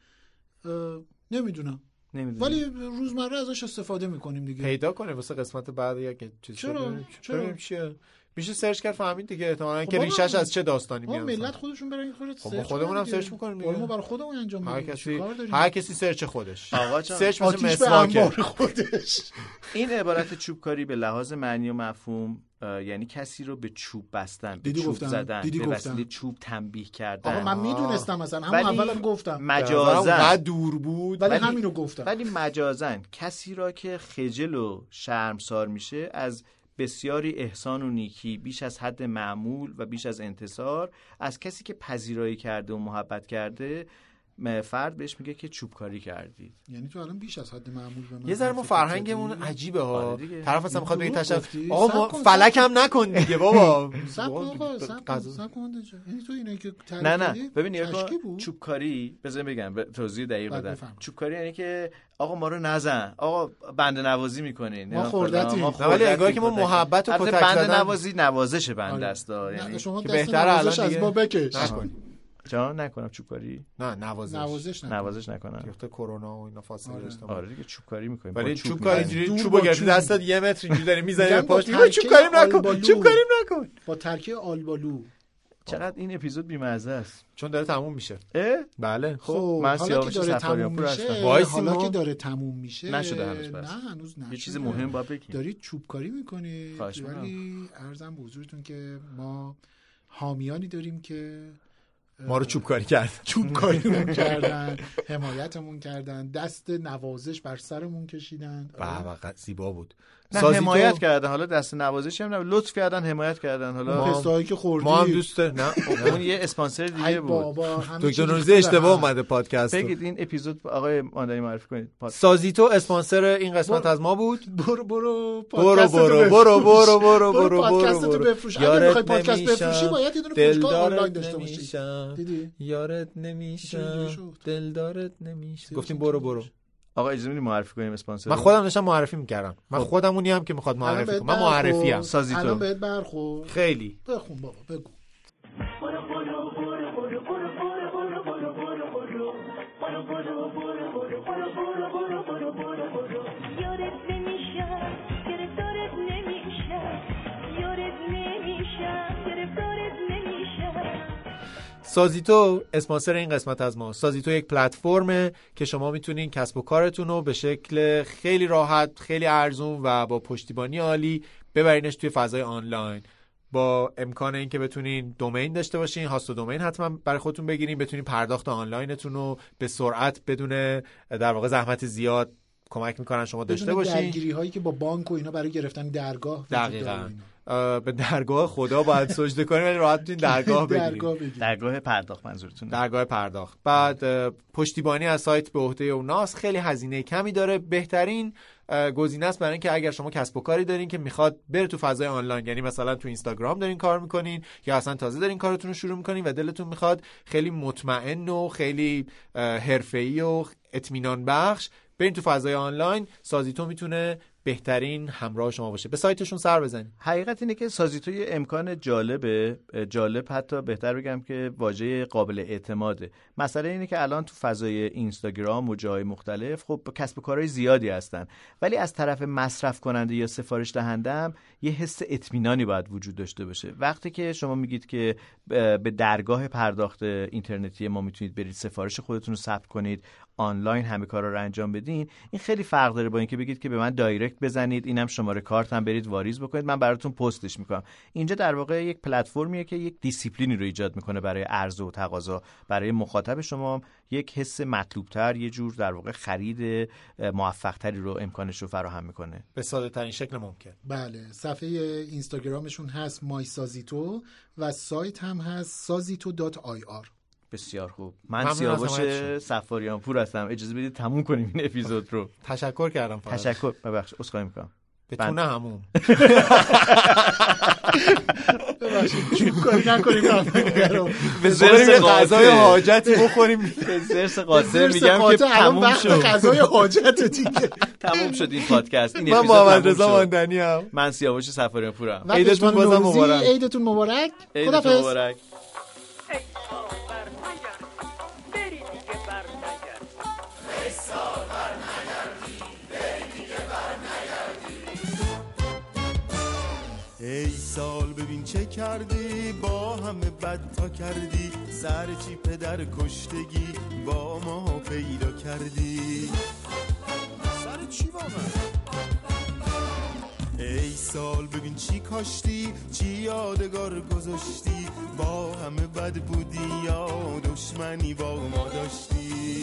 نمیدونم ولی روزمره ازش استفاده میکنیم دیگه. پیدا کنه واسه قسمت بعد یک چیز. چرا چیه؟ میشه سرچ کرد فهمید دیگه احتمالاً که ریشش از چه داستانی میاد. ملت خودشون برای خودت سرچ خودمون هم سرچ میکنیم دیگه. ما برای خودمون انجام میدیم. هر کسی سرچ خودش. آقا جان سرچ مثل مسواک خودش. این عبارت چوبکاری به لحاظ معنی و مفهوم یعنی کسی رو به چوب بستن، به چوب زدن، به وسیله چوب تنبیه کردن. آقا من میدونستم مثلا همون اولم گفتم. مجازاً دور بود ولی همین رو گفتم. ولی مجازاً کسی را که خجل و شرمسار میشه از بسیاری احسان و نیکی بیش از حد معمول و بیش از انتظار از کسی که پذیرایی کرده و محبت کرده فرد بهش میگه که چوبکاری کردید. یعنی تو الان بیش از حد معمول به من یه ذره ما فرهنگمون عجیبه ها. طرف اصلا میخواد بگه آقا ما فلک هم نکن دیگه بابا. سب کن یعنی تو اینه که نه ببین چوبکاری بذار بگم توضیح دقیق بدم. چوبکاری یعنی که آقا ما رو نزن، آقا بنده نوازی میکنین، ما خوردتیم. ولی انگار که ما محبت و کتک زدن. بنده نوازی نوازش بنده است، یعنی شما بهتره الان از ما بکش. جان نکنم چوبکاری؟ نه نوازش نکنم. وقت کرونا و اینا فاصله داشتم. آره دیگه چوبکاری میکنیم. ولی چوبکاری اینجوری چوبو گرفتی دستت یه متر اینجوری داری میزنی به پشت. چوبکاری نکن. با ترکیب آلبالو. چقدر این اپیزود بی‌مزه است. چون داره تموم میشه. بله. خب من حالا که داره تموم میشه. حالا که داره تموم میشه. نشده هنوز. نه هنوز نشده. یه چیز مهم باید بگیم. دارید چوبکاری میکنید ولی عرضم به حضورتون که ما حامیانی داریم که ما رو چوبکاری کردن، حمایتمون کردن، دست نوازش بر سرمون کشیدن. به زیبا بود. حمایت کردن، حالا دست نوازش هم نه، لطف کردن، حمایت کردن. حالا پستایی که خوردی ما هم دوست نه اون یه اسپانسر دیگه بود. دکتر نوروزی اشتباه اومده پادکست. بگید این اپیزود آقای ماندنی معرفی کنید. سازیتو اسپانسر این قسمت از ما بود. برو پادکستتو بفروش. اگه میخوای پادکست بفروشی باید یه دونه فروشگاه آنلاین داشته باشی. دیدی؟ یارت نمیشم، دلدارت نمیشم. گفتیم برو. آقا اجازه میدید معرفی کنیم اسپانسر؟ من خودم داشتم معرفی میکردم. من خودمونی هم که میخواد معرفی کنم. من معرفی ام. سازیتو الان بهت برخورد. خیلی. بخون بابا بگو. سازیتو اسپانسر این قسمت از ما. سازیتو یک پلتفرمه که شما میتونین کسب و کارتون رو به شکل خیلی راحت، خیلی ارزون و با پشتیبانی عالی ببرینش توی فضای آنلاین، با امکان اینکه بتونین دومین داشته باشین، هاست و دومین حتما برای خودتون بگیرین، بتونین پرداخت آنلاینتون رو به سرعت بدون در واقع زحمت زیاد کمک میکنن شما داشته باشین. درگیری هایی که با بانک و اینا برای گرفتن درگاه دقیقاً به درگاه خدا باید سجده کنیم، ولی راحت میتونید درگاه بگیرید. درگاه پرداخت منظورتونه؟ درگاه پرداخت. بعد پشتیبانی از سایت به عهده اوناست، خیلی هزینه کمی داره. بهترین گزینه است برای اینکه اگر شما کسب و کاری دارین که میخواد بره تو فضای آنلاین، یعنی مثلا تو اینستاگرام دارین کار میکنین یا اصلا تازه دارین کارتون رو شروع میکنین و دلتون میخواد خیلی مطمئن و خیلی حرفه‌ای و اطمینان بخش برین تو فضای آنلاین، سازیتو میتونه بهترین همراه شما باشه. به سایتشون سر بزنید. حقیقت اینه که سازیتو یه امکان جالب حتی بهتر بگم که واژه قابل اعتماده. مسئله اینه که الان تو فضای اینستاگرام و جای مختلف خب کسب و کارهای زیادی هستن، ولی از طرف مصرف کننده یا سفارش دهنده هم یه حس اطمینانی باید وجود داشته باشه. وقتی که شما میگید که به درگاه پرداخت اینترنتی ما میتونید برید سفارش خودتون رو ثبت کنید، آنلاین همه کارا رو انجام بدین، این خیلی فرق داره با اینکه بگید که به من دایرکت بزنید، اینم شماره کارتم برید واریز بکنید من براتون پستش میکنم. اینجا در واقع یک پلتفرمیه که یک دیسیپلینی رو ایجاد میکنه برای عرضه و تقاضا، برای مخاطب شما یک حس مطلوبتر، یه جور در واقع خرید موفقتری رو امکانش رو فراهم میکنه به ساده ترین شکل ممکن. بله، صفحه اینستاگرامشون هست مایسازیتو و سایت هم هست sazito.ir. بسیار خوب. من سیاوش صفاریان پور هستم. اجازه بدید تموم کنیم این اپیزود رو. تشکر کردم فقط. تشکر. ببخشید عذرخواهی میکنم. بتونه همون. ببخشید کاری نکنیم به زرس غذای حاجتی بخوریم. به زرس قاطع میگم که تموم شد غذای حاجت دیگه. تموم شد این پادکست. این من محمد رضا ماندنی ام. من سیاوش صفاریان پورم. عیدتون بازم مبارک. عیدتون مبارک. خدافظ. مبارک. ای سال ببین چه کردی، با همه بد تا کردی، سر چی پدر کشتگی با ما پیدا کردی. سر چی با من؟ ای سال ببین چی کاشتی، چی یادگار گذاشتی، با همه بد بودی یا دشمنی با ما داشتی.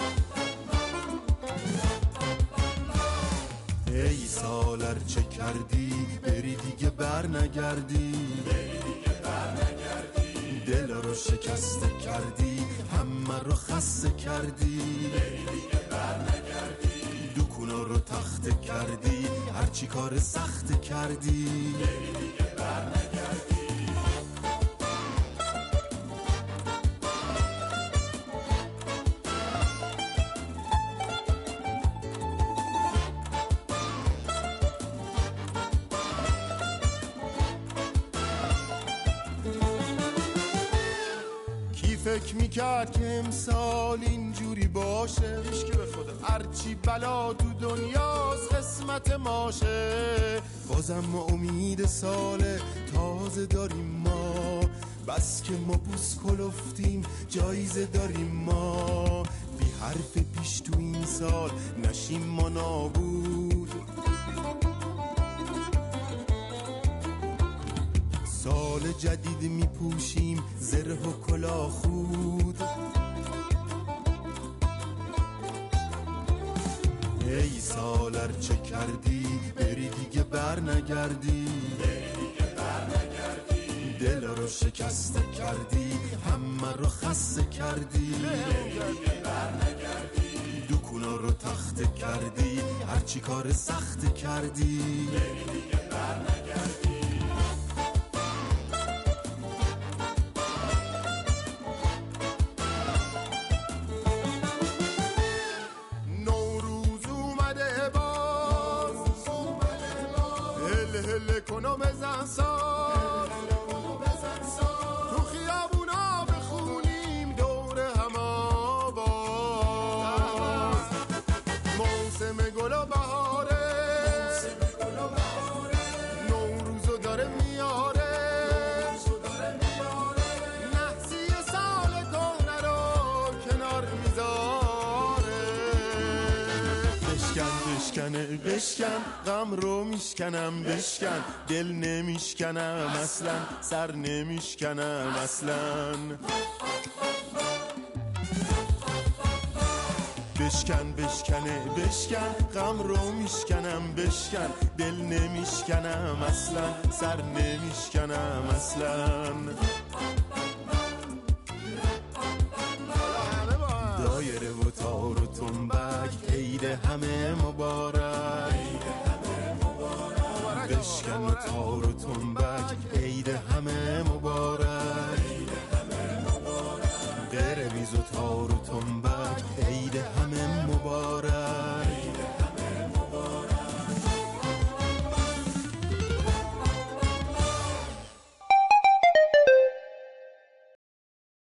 ای سالر چه کردی، بری دیگه بر نگردی، دل رو شکسته کردی، همه رو خسته کردی، دکونا رو تخته کردی، هرچی کار سخت کردی. فکر میکرد که امسال اینجوری باشه، هیچ که به خدا هرچی بلا تو دنیاست قسمت ماشه. بازم ما امید سال تازه داریم ما، بس که ما بوس کلفتیم جایزه داریم ما. بی حرف پیش تو این سال نشیم ما نابود، سال جدید میپوشیم زره و کلاه خود. ای سالر چه کردی، بری دیگه بر نگردی، دل رو شکسته کردی، همه رو خسته کردی، دکونا رو تخته کردی، هرچی کار سخت کردی. بشکن غم رو میشکنم، بشکن دل نمیشکنم اصلا، سر نمیشکنم اصلا. بشکن بشکنه بشکن غم رو میشکنم بشکن دل نمیشکنم اصلا سر نمیشکنم اصلا دایره و تار و تنبک عید همه مبارک بشکن و تار و تنبک عید همه مبارک قرمیز و تار و تنبک عید همه